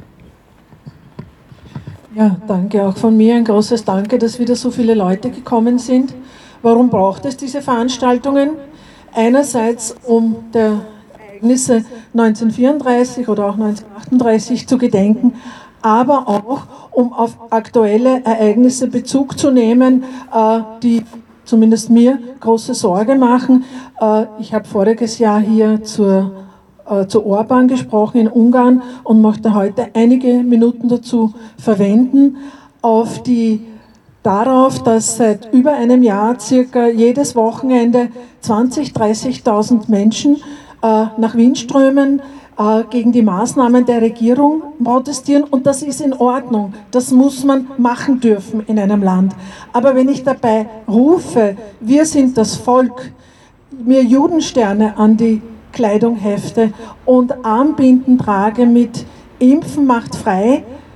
Ja, danke auch von mir. Ein großes Danke, dass wieder so viele Leute gekommen sind. Warum braucht es diese Veranstaltungen? Einerseits, um der Ereignisse neunzehnhundertvierunddreißig oder auch neunzehnhundertachtunddreißig zu gedenken, aber auch, um auf aktuelle Ereignisse Bezug zu nehmen, die zumindest mir große Sorge machen. Ich habe voriges Jahr hier zur, zu Orban gesprochen in Ungarn und möchte heute einige Minuten dazu verwenden, auf die, darauf, dass seit über einem Jahr circa jedes Wochenende zwanzigtausend, dreißigtausend Menschen nach Wien strömen, gegen die Maßnahmen der Regierung protestieren, und das ist in Ordnung. Das muss man machen dürfen in einem Land. Aber wenn ich dabei rufe, wir sind das Volk, mir Judensterne an die Kleidung hefte und Armbinden trage mit Impfen macht frei,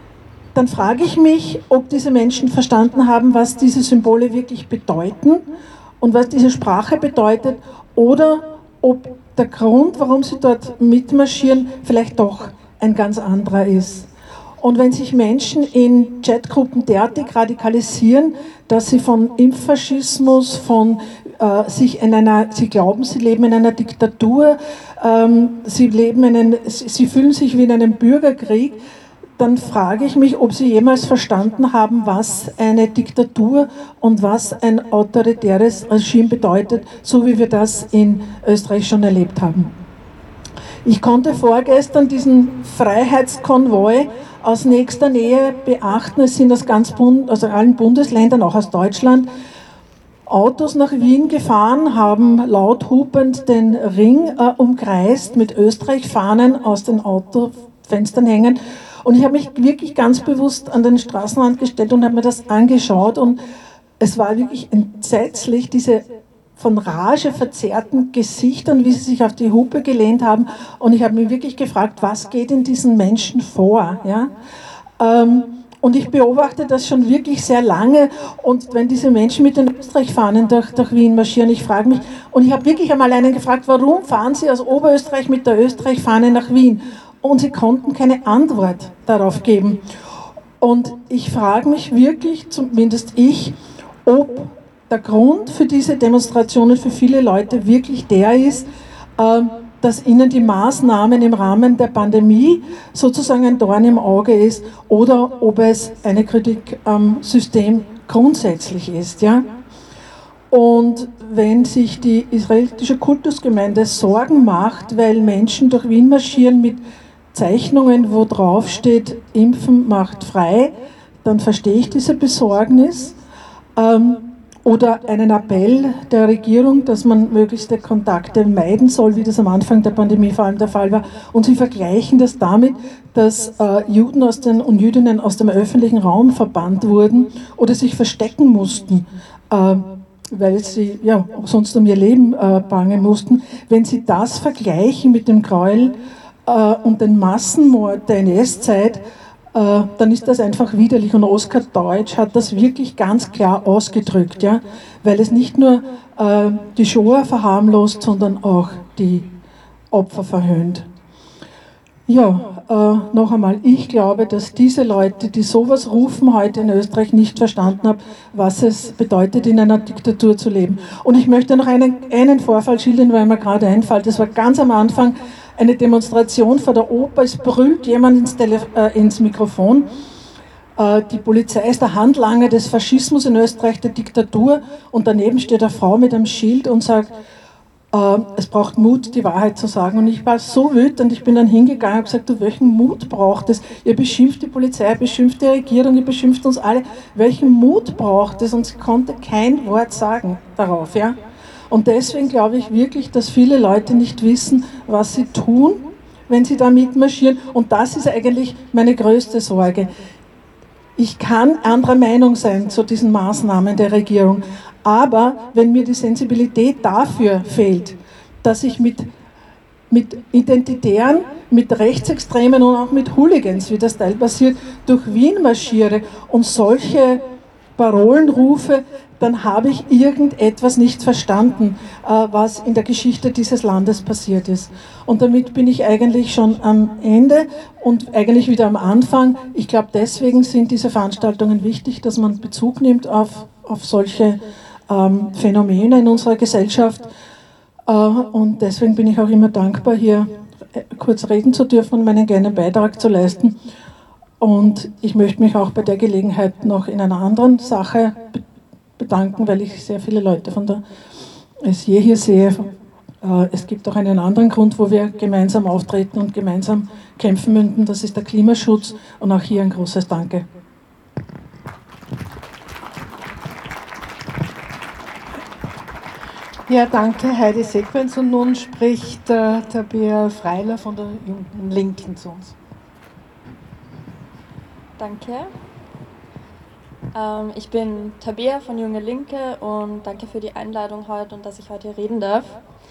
dann frage ich mich, ob diese Menschen verstanden haben, was diese Symbole wirklich bedeuten und was diese Sprache bedeutet, oder ob der Grund, warum sie dort mitmarschieren, vielleicht doch ein ganz anderer ist. Und wenn sich Menschen in Chatgruppen derartig radikalisieren, dass sie von Impffaschismus, von äh, sich in einer, sie glauben, sie leben in einer Diktatur, ähm, sie leben in einen, sie fühlen sich wie in einem Bürgerkrieg, dann frage ich mich, ob sie jemals verstanden haben, was eine Diktatur und was ein autoritäres Regime bedeutet, so wie wir das in Österreich schon erlebt haben. Ich konnte vorgestern diesen Freiheitskonvoi aus nächster Nähe beachten. Es sind aus ganz Bund, also allen Bundesländern, auch aus Deutschland, Autos nach Wien gefahren, haben laut hupend den Ring äh, umkreist, mit Österreich-Fahnen aus den Autofenstern hängen. Und ich habe mich wirklich ganz bewusst an den Straßenrand gestellt und habe mir das angeschaut. Und es war wirklich entsetzlich, diese von Rage verzerrten Gesichtern, wie sie sich auf die Hupe gelehnt haben. Und ich habe mich wirklich gefragt, was geht in diesen Menschen vor? Ja? Ähm, und ich beobachte das schon wirklich sehr lange. Und wenn diese Menschen mit den Österreich-Fahnen durch, durch Wien marschieren, ich frage mich, und ich habe wirklich einmal einen gefragt, warum fahren Sie aus Oberösterreich mit der Österreich-Fahne nach Wien? Und sie konnten keine Antwort darauf geben. Und ich frage mich wirklich, zumindest ich, ob der Grund für diese Demonstrationen für viele Leute wirklich der ist, dass ihnen die Maßnahmen im Rahmen der Pandemie sozusagen ein Dorn im Auge ist, oder ob es eine Kritik am System grundsätzlich ist. Ja? Und wenn sich die israelitische Kultusgemeinde Sorgen macht, weil Menschen durch Wien marschieren mit Zeichnungen, wo drauf steht, Impfen macht frei, dann verstehe ich diese Besorgnis. Ähm, oder einen Appell der Regierung, dass man möglichste Kontakte meiden soll, wie das am Anfang der Pandemie vor allem der Fall war. Und sie vergleichen das damit, dass äh, Juden aus den, und Jüdinnen aus dem öffentlichen Raum verbannt wurden oder sich verstecken mussten, äh, weil sie ja sonst um ihr Leben äh, bangen mussten. Wenn sie das vergleichen mit dem Gräuel äh, und den Massenmord der N S-Zeit, äh, dann ist das einfach widerlich. Und Oskar Deutsch hat das wirklich ganz klar ausgedrückt, ja? Weil es nicht nur äh, die Shoah verharmlost, sondern auch die Opfer verhöhnt. Ja, äh, noch einmal, ich glaube, dass diese Leute, die sowas rufen, heute in Österreich nicht verstanden haben, was es bedeutet, in einer Diktatur zu leben. Und ich möchte noch einen, einen Vorfall schildern, weil mir gerade einfällt. Das war ganz am Anfang eine Demonstration vor der Oper. Es brüllt jemand ins, Tele äh, ins Mikrofon. Äh, die Polizei ist der Handlanger des Faschismus in Österreich, der Diktatur. Und daneben steht eine Frau mit einem Schild und sagt, Uh, es braucht Mut, die Wahrheit zu sagen. Und ich war so wütend, ich bin dann hingegangen und gesagt, du, welchen Mut braucht es? Ihr beschimpft die Polizei, ihr beschimpft die Regierung, ihr beschimpft uns alle. Welchen Mut braucht es? Und sie konnte kein Wort sagen darauf. Ja? Und deswegen glaube ich wirklich, dass viele Leute nicht wissen, was sie tun, wenn sie da mitmarschieren. Und das ist eigentlich meine größte Sorge. Ich kann anderer Meinung sein zu diesen Maßnahmen der Regierung. Aber wenn mir die Sensibilität dafür fehlt, dass ich mit, mit Identitären, mit Rechtsextremen und auch mit Hooligans, wie das Teil passiert, durch Wien marschiere und solche Parolen rufe, dann habe ich irgendetwas nicht verstanden, was in der Geschichte dieses Landes passiert ist. Und damit bin ich eigentlich schon am Ende und eigentlich wieder am Anfang. Ich glaube, deswegen sind diese Veranstaltungen wichtig, dass man Bezug nimmt auf, auf solche ähm, Phänomene in unserer Gesellschaft. Äh, und deswegen bin ich auch immer dankbar, hier kurz reden zu dürfen und meinen kleinen Beitrag zu leisten. Und ich möchte mich auch bei der Gelegenheit noch in einer anderen Sache bedanken, weil ich sehr viele Leute von der S J hier sehe. Es gibt auch einen anderen Grund, wo wir gemeinsam auftreten und gemeinsam kämpfen müssen. Das ist der Klimaschutz. Und auch hier ein großes Danke. Ja, danke Heidi Sequenz. Und nun spricht äh, Tabea Freiler von der Jungen Linken zu uns. Danke. Ähm, ich bin Tabea von Junge Linke und danke für die Einladung heute und dass ich heute hier reden darf.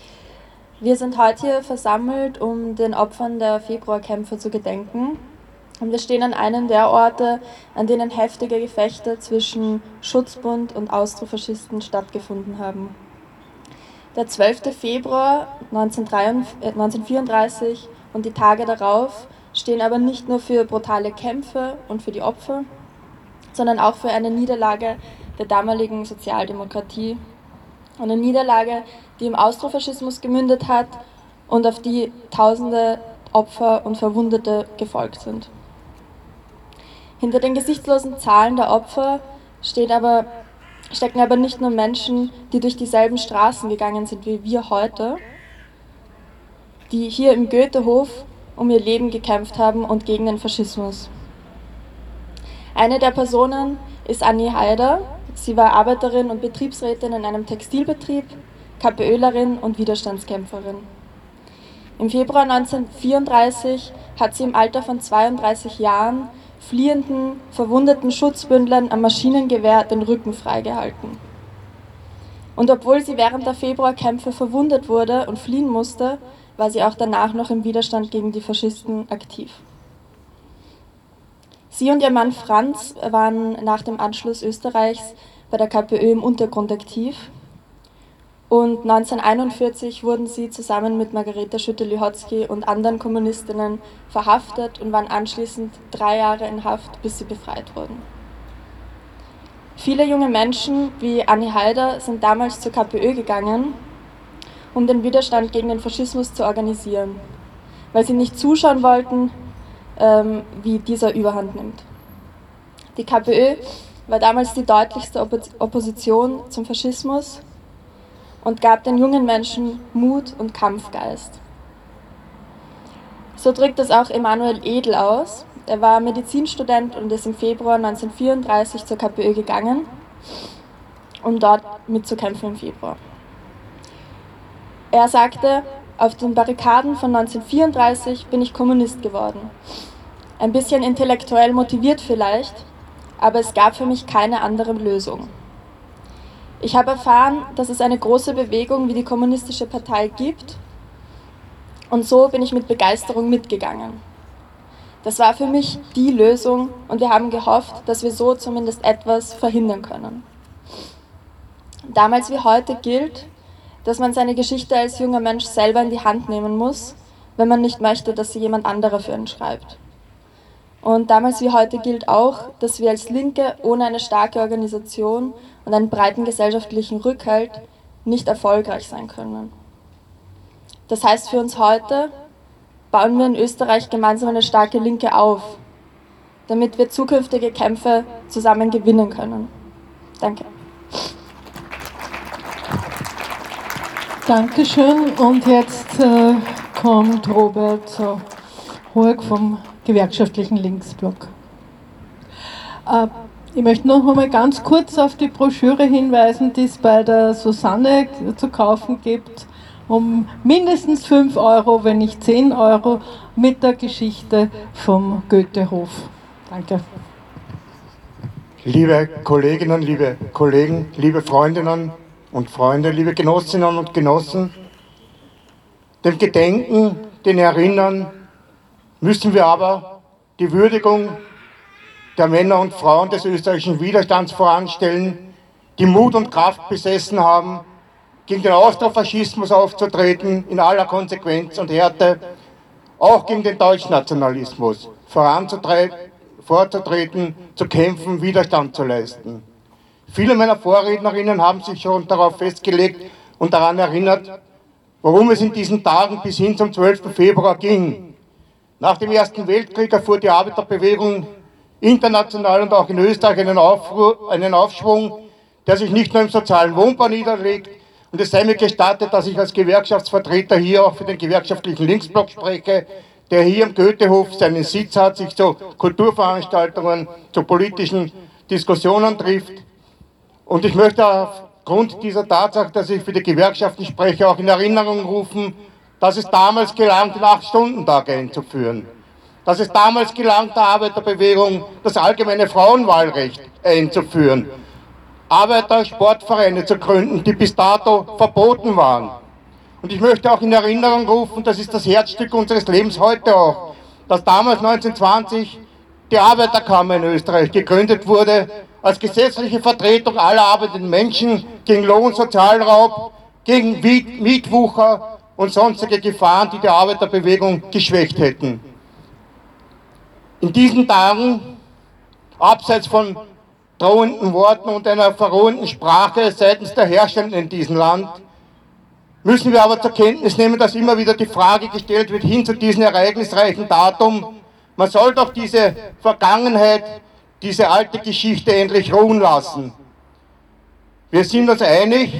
Wir sind heute hier versammelt, um den Opfern der Februarkämpfe zu gedenken. Und wir stehen an einem der Orte, an denen heftige Gefechte zwischen Schutzbund und Austrofaschisten stattgefunden haben. Der zwölfte Februar neunzehnhundertvierunddreißig und die Tage darauf stehen aber nicht nur für brutale Kämpfe und für die Opfer, sondern auch für eine Niederlage der damaligen Sozialdemokratie. Eine Niederlage, die im Austrofaschismus gemündet hat und auf die tausende Opfer und Verwundete gefolgt sind. Hinter den gesichtslosen Zahlen der Opfer steht aber, stecken aber nicht nur Menschen, die durch dieselben Straßen gegangen sind wie wir heute, die hier im Goethehof um ihr Leben gekämpft haben und gegen den Faschismus. Eine der Personen ist Anni Haider. Sie war Arbeiterin und Betriebsrätin in einem Textilbetrieb, KPÖlerin und Widerstandskämpferin. Im Februar neunzehnhundertvierunddreißig hat sie im Alter von zweiunddreißig Jahren fliehenden, verwundeten Schutzbündlern am Maschinengewehr den Rücken freigehalten. Und obwohl sie während der Februarkämpfe verwundet wurde und fliehen musste, war sie auch danach noch im Widerstand gegen die Faschisten aktiv. Sie und ihr Mann Franz waren nach dem Anschluss Österreichs bei der KPÖ im Untergrund aktiv. Und neunzehnhunderteinundvierzig wurden sie zusammen mit Margareta Schütte-Lihotzky und anderen Kommunistinnen verhaftet und waren anschließend drei Jahre in Haft, bis sie befreit wurden. Viele junge Menschen wie Anni Haider sind damals zur KPÖ gegangen, um den Widerstand gegen den Faschismus zu organisieren, weil sie nicht zuschauen wollten, ähm, wie dieser Überhand nimmt. Die KPÖ war damals die deutlichste Oppo- Opposition zum Faschismus und gab den jungen Menschen Mut und Kampfgeist. So drückt es auch Emanuel Edel aus. Er war Medizinstudent und ist im Februar neunzehnhundertvierunddreißig zur KPÖ gegangen, um dort mitzukämpfen im Februar. Er sagte, auf den Barrikaden von neunzehnhundertvierunddreißig bin ich Kommunist geworden. Ein bisschen intellektuell motiviert vielleicht, aber es gab für mich keine andere Lösung. Ich habe erfahren, dass es eine große Bewegung wie die Kommunistische Partei gibt, und so bin ich mit Begeisterung mitgegangen. Das war für mich die Lösung und wir haben gehofft, dass wir so zumindest etwas verhindern können. Damals wie heute gilt, dass man seine Geschichte als junger Mensch selber in die Hand nehmen muss, wenn man nicht möchte, dass sie jemand anderer für ihn schreibt. Und damals wie heute gilt auch, dass wir als Linke ohne eine starke Organisation und einen breiten gesellschaftlichen Rückhalt nicht erfolgreich sein können. Das heißt für uns heute, bauen wir in Österreich gemeinsam eine starke Linke auf, damit wir zukünftige Kämpfe zusammen gewinnen können. Danke. Dankeschön. Und jetzt äh, kommt Robert so, Hoek vom gewerkschaftlichen Linksblock. Äh, ich möchte noch einmal ganz kurz auf die Broschüre hinweisen, die es bei der Susanne zu kaufen gibt, um mindestens fünf Euro, wenn nicht zehn Euro, mit der Geschichte vom Goethehof. Danke. Liebe Kolleginnen, liebe Kollegen, liebe Freundinnen und Freunde, liebe Genossinnen und Genossen, dem Gedenken, den Erinnern, müssen wir aber die Würdigung der Männer und Frauen des österreichischen Widerstands voranstellen, die Mut und Kraft besessen haben, gegen den Austrofaschismus aufzutreten, in aller Konsequenz und Härte, auch gegen den Deutschnationalismus vorzutreten, zu kämpfen, Widerstand zu leisten. Viele meiner Vorrednerinnen haben sich schon darauf festgelegt und daran erinnert, worum es in diesen Tagen bis hin zum zwölften Februar ging. Nach dem Ersten Weltkrieg erfuhr die Arbeiterbewegung international und auch in Österreich einen, Aufruhr, einen Aufschwung, der sich nicht nur im sozialen Wohnbau niederlegt. Und es sei mir gestattet, dass ich als Gewerkschaftsvertreter hier auch für den gewerkschaftlichen Linksblock spreche, der hier im Goethehof seinen Sitz hat, sich zu Kulturveranstaltungen, zu politischen Diskussionen trifft. Und ich möchte aufgrund dieser Tatsache, dass ich für die Gewerkschaften spreche, auch in Erinnerung rufen, dass es damals gelang, den acht-Stunden-Tag einzuführen. Dass es damals gelang, der Arbeiterbewegung das allgemeine Frauenwahlrecht einzuführen. Arbeitersportvereine zu gründen, die bis dato verboten waren. Und ich möchte auch in Erinnerung rufen, das ist das Herzstück unseres Lebens heute auch, dass damals neunzehnhundertzwanzig die Arbeiterkammer in Österreich gegründet wurde, als gesetzliche Vertretung aller arbeitenden Menschen gegen Lohn- und Sozialraub, gegen Mietwucher und sonstige Gefahren, die die Arbeiterbewegung geschwächt hätten. In diesen Tagen, abseits von drohenden Worten und einer verrohenden Sprache seitens der Herrschenden in diesem Land, müssen wir aber zur Kenntnis nehmen, dass immer wieder die Frage gestellt wird, hin zu diesem ereignisreichen Datum, man soll doch diese Vergangenheit, diese alte Geschichte endlich ruhen lassen. Wir sind uns einig,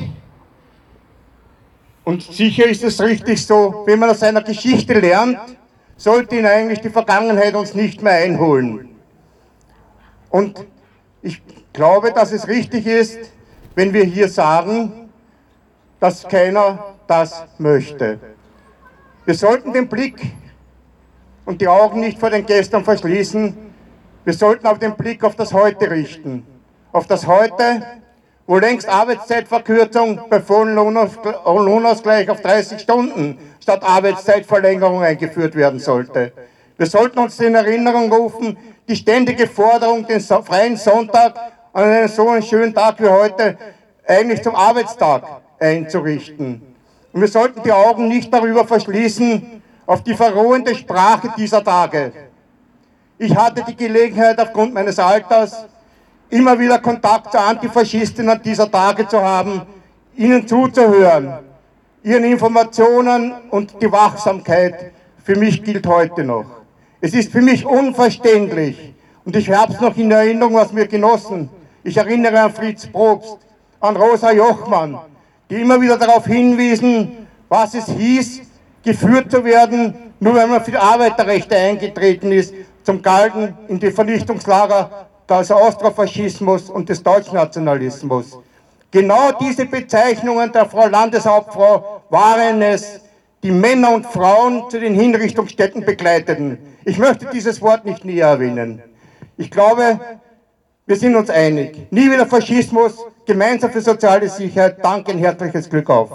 und sicher ist es richtig so, wenn man aus seiner Geschichte lernt, sollte ihn eigentlich die Vergangenheit uns nicht mehr einholen. Und ich glaube, dass es richtig ist, wenn wir hier sagen, dass keiner das möchte. Wir sollten den Blick und die Augen nicht vor den Gestern verschließen, wir sollten aber den Blick auf das Heute richten. Auf das Heute, wo längst Arbeitszeitverkürzung bei vollem Lohnausgleich auf dreißig Stunden statt Arbeitszeitverlängerung eingeführt werden sollte. Wir sollten uns in Erinnerung rufen, die ständige Forderung, den freien Sonntag an einem so einen schönen Tag wie heute eigentlich zum Arbeitstag einzurichten. Und wir sollten die Augen nicht darüber verschließen, auf die verrohende Sprache dieser Tage. Ich hatte die Gelegenheit, aufgrund meines Alters, immer wieder Kontakt zu Antifaschistinnen dieser Tage zu haben, ihnen zuzuhören, ihren Informationen, und die Wachsamkeit für mich gilt heute noch. Es ist für mich unverständlich, und ich habe es noch in Erinnerung, was wir genossen. Ich erinnere an Fritz Probst, an Rosa Jochmann, die immer wieder darauf hinwiesen, was es hieß, geführt zu werden, nur wenn man für die Arbeiterrechte eingetreten ist, zum Galgen in die Vernichtungslager des Austrofaschismus und des Deutschnationalismus. Genau diese Bezeichnungen der Frau Landeshauptfrau waren es, die Männer und Frauen zu den Hinrichtungsstätten begleiteten. Ich möchte dieses Wort nicht näher erwähnen. Ich glaube, wir sind uns einig. Nie wieder Faschismus, gemeinsam für soziale Sicherheit. Danke, ein herzliches Glück auf.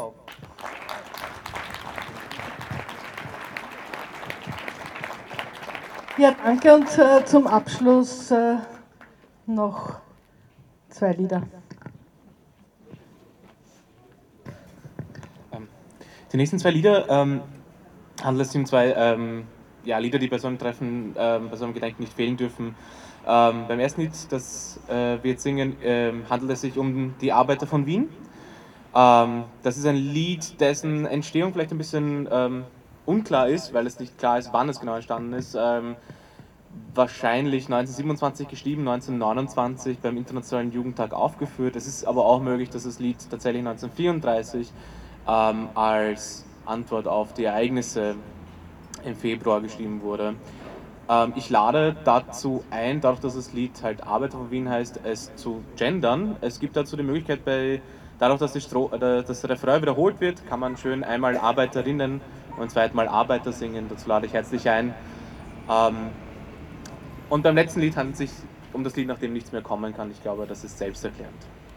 Ja, danke, und äh, zum Abschluss äh, noch zwei Lieder. Die nächsten zwei Lieder ähm, handelt es um zwei ähm, ja, Lieder, die bei so einem Treffen, ähm, bei so einem Gedenken nicht fehlen dürfen. Ähm, beim ersten Lied, das äh, wir jetzt singen, ähm, handelt es sich um die Arbeiter von Wien. Ähm, das ist ein Lied, dessen Entstehung vielleicht ein bisschen ähm, unklar ist, weil es nicht klar ist, wann es genau entstanden ist. Ähm, wahrscheinlich neunzehnhundertsiebenundzwanzig geschrieben, neunzehnhundertneunundzwanzig beim Internationalen Jugendtag aufgeführt. Es ist aber auch möglich, dass das Lied tatsächlich neunzehnhundertvierunddreißig ähm, als Antwort auf die Ereignisse im Februar geschrieben wurde. Ähm, ich lade dazu ein, dadurch, dass das Lied halt Arbeiter von Wien heißt, es zu gendern. Es gibt dazu die Möglichkeit, bei, dadurch, dass die Stro äh, das Refrain wiederholt wird, kann man schön einmal Arbeiterinnen und zweimal Arbeiter singen. Dazu lade ich herzlich ein. Ähm, und beim letzten Lied handelt es sich um das Lied, nach dem nichts mehr kommen kann. Ich glaube, das ist selbsterklärend.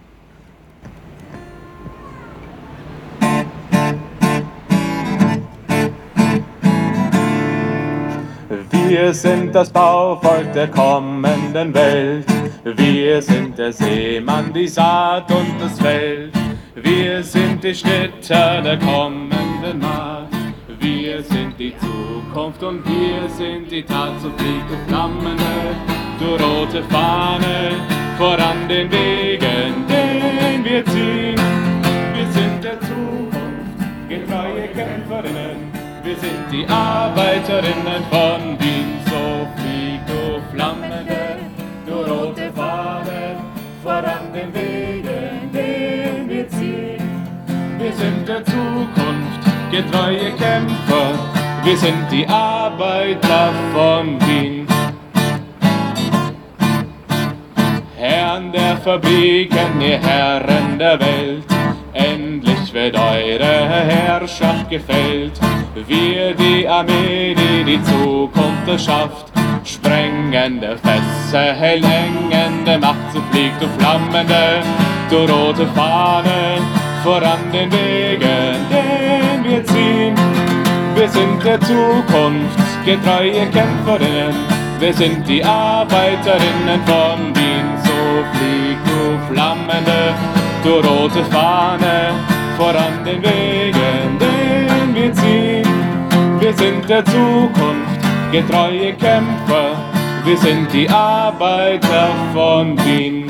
Wir sind das Bauvolk der kommenden Welt. Wir sind der Seemann, die Saat und das Feld. Wir sind die Städter der kommenden Macht. Wir sind die Zukunft und wir sind die Tat. So fliegt du flammende, du rote Fahne, voran den Wegen, den wir ziehen. Wir sind der Zukunft, getreue Kämpferinnen. Wir sind die Arbeiterinnen von Wien. So flieg du flammende, du rote Fahne, voran den Wegen, den wir ziehen. Wir sind der Zukunft, getreue Kämpfer. Wir sind die Arbeiter von Wien. Herren der Fabriken, ihr Herren der Welt, endlich wird eure Herrschaft gefällt. Wir, die Armee, die die Zukunft erschafft, sprengende Fässer, hängende Macht, so fliegt du flammende, du rote Fahne, voran den Wegen, den wir ziehen. Wir sind der Zukunft, getreue Kämpferinnen, wir sind die Arbeiterinnen von Wien. So flieg du flammende, du rote Fahne, voran den Wegen, den wir ziehen. Wir sind der Zukunft getreue Kämpfer, wir sind die Arbeiter von Wien.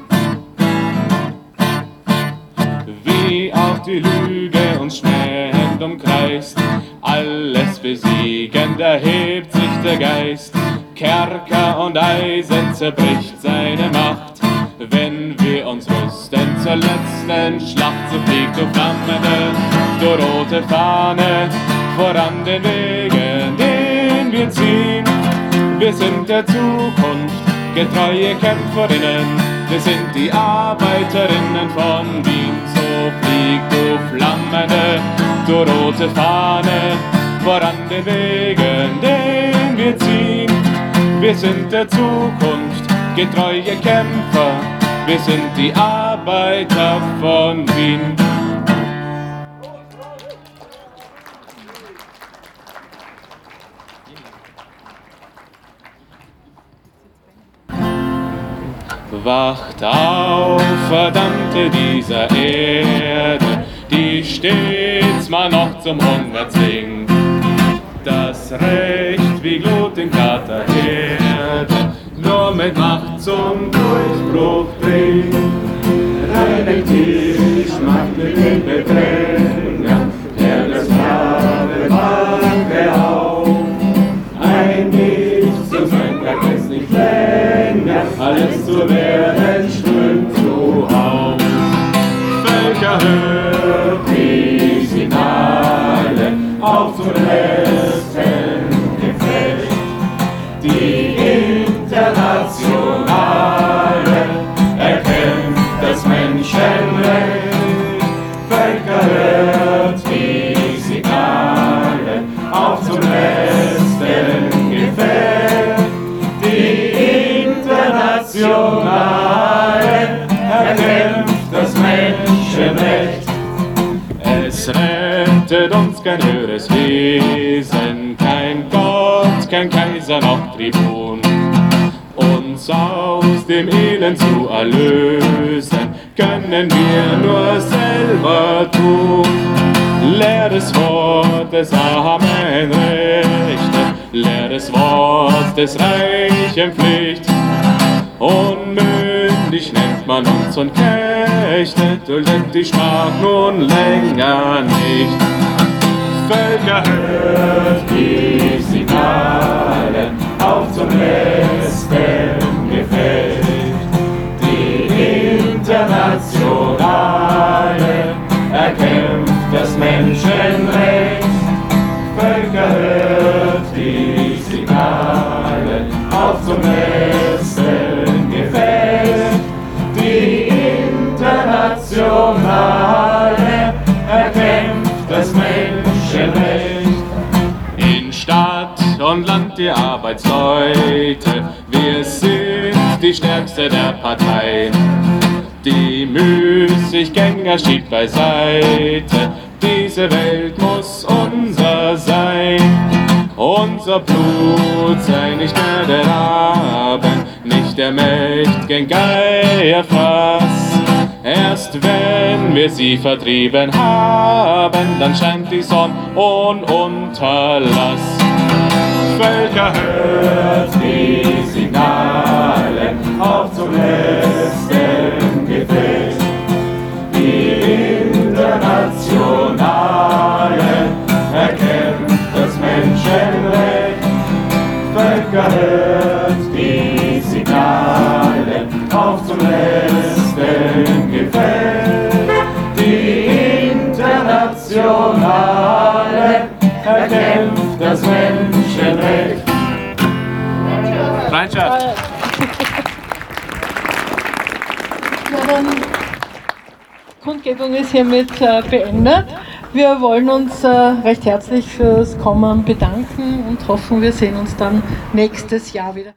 Wie auch die Lüge uns schmähend umkreist, alles besiegend erhebt sich der Geist. Kerker und Eisen zerbricht seine Macht, wenn wir uns rüsten zur letzten Schlacht. So fliegt du flammende, du rote Fahne, voran den Wegen, den wir ziehen. Wir sind der Zukunft getreue Kämpferinnen, wir sind die Arbeiterinnen von Wien. So flieg du flammende, du rote Fahne, voran den Wegen, den wir ziehen. Wir sind der Zukunft getreue Kämpfer, wir sind die Arbeiter von Wien. Wacht auf, Verdammte dieser Erde, die stets mal noch zum Hunger zwingt. Das Recht wie Glut in Katerherde nur mit Macht zum Durchbruch bringt. Reine Tisch macht mit den Bedrängern, Herr des Grabe wache auf. Ein Nichts und sein Tag ist nicht länger, alles zu werden strömt zuhauf. Völker hört die Signale, auf zum letzten Gefecht. Die Internationale erkämpft das Menschenrecht. Völker hört die Signale, auf zum letzten Gefecht. Die Internationale erkämpft das Menschenrecht. Es rettet uns kein höheres Wesen, kein Gott, kein Kaiser noch Tribun. Uns aus dem Elend zu erlösen, können wir nur selber tun. Leeres Wort des armen Rechte, leeres Wort des reichen Pflicht. Unmündig nennt man uns und Knechte, duldet die Schmach nun länger nicht. Völker hört die Signale, auf zum letzten Gefecht. Die Internationale erkämpft das Menschenrecht. Völker hört die Signale, auf zum letzten Gefecht. Die Internationale erkämpft das Menschenrecht. In Stadt und Land die Arbeitsleute, wir sind die stärkste der Parteien. Die Müßiggänger schiebt beiseite, diese Welt muss unser sein. Unser Blut sei nicht mehr der Raben, nicht der mächtigen Geierfraß. Erst wenn wir sie vertrieben haben, dann scheint die Sonne ohne Unterlass. Völker hört die Signale, auf zum letzten Gefecht. Die Internationale erkämpft das Menschenrecht. Völker hört die Signale, auf zum letzten Gefecht. Die Internationale erkämpft das Menschenrecht. Freundschaft! Ja, dann Kundgebung ist hiermit äh, beendet. Wir wollen uns äh, recht herzlich fürs Kommen bedanken und hoffen, wir sehen uns dann nächstes Jahr wieder.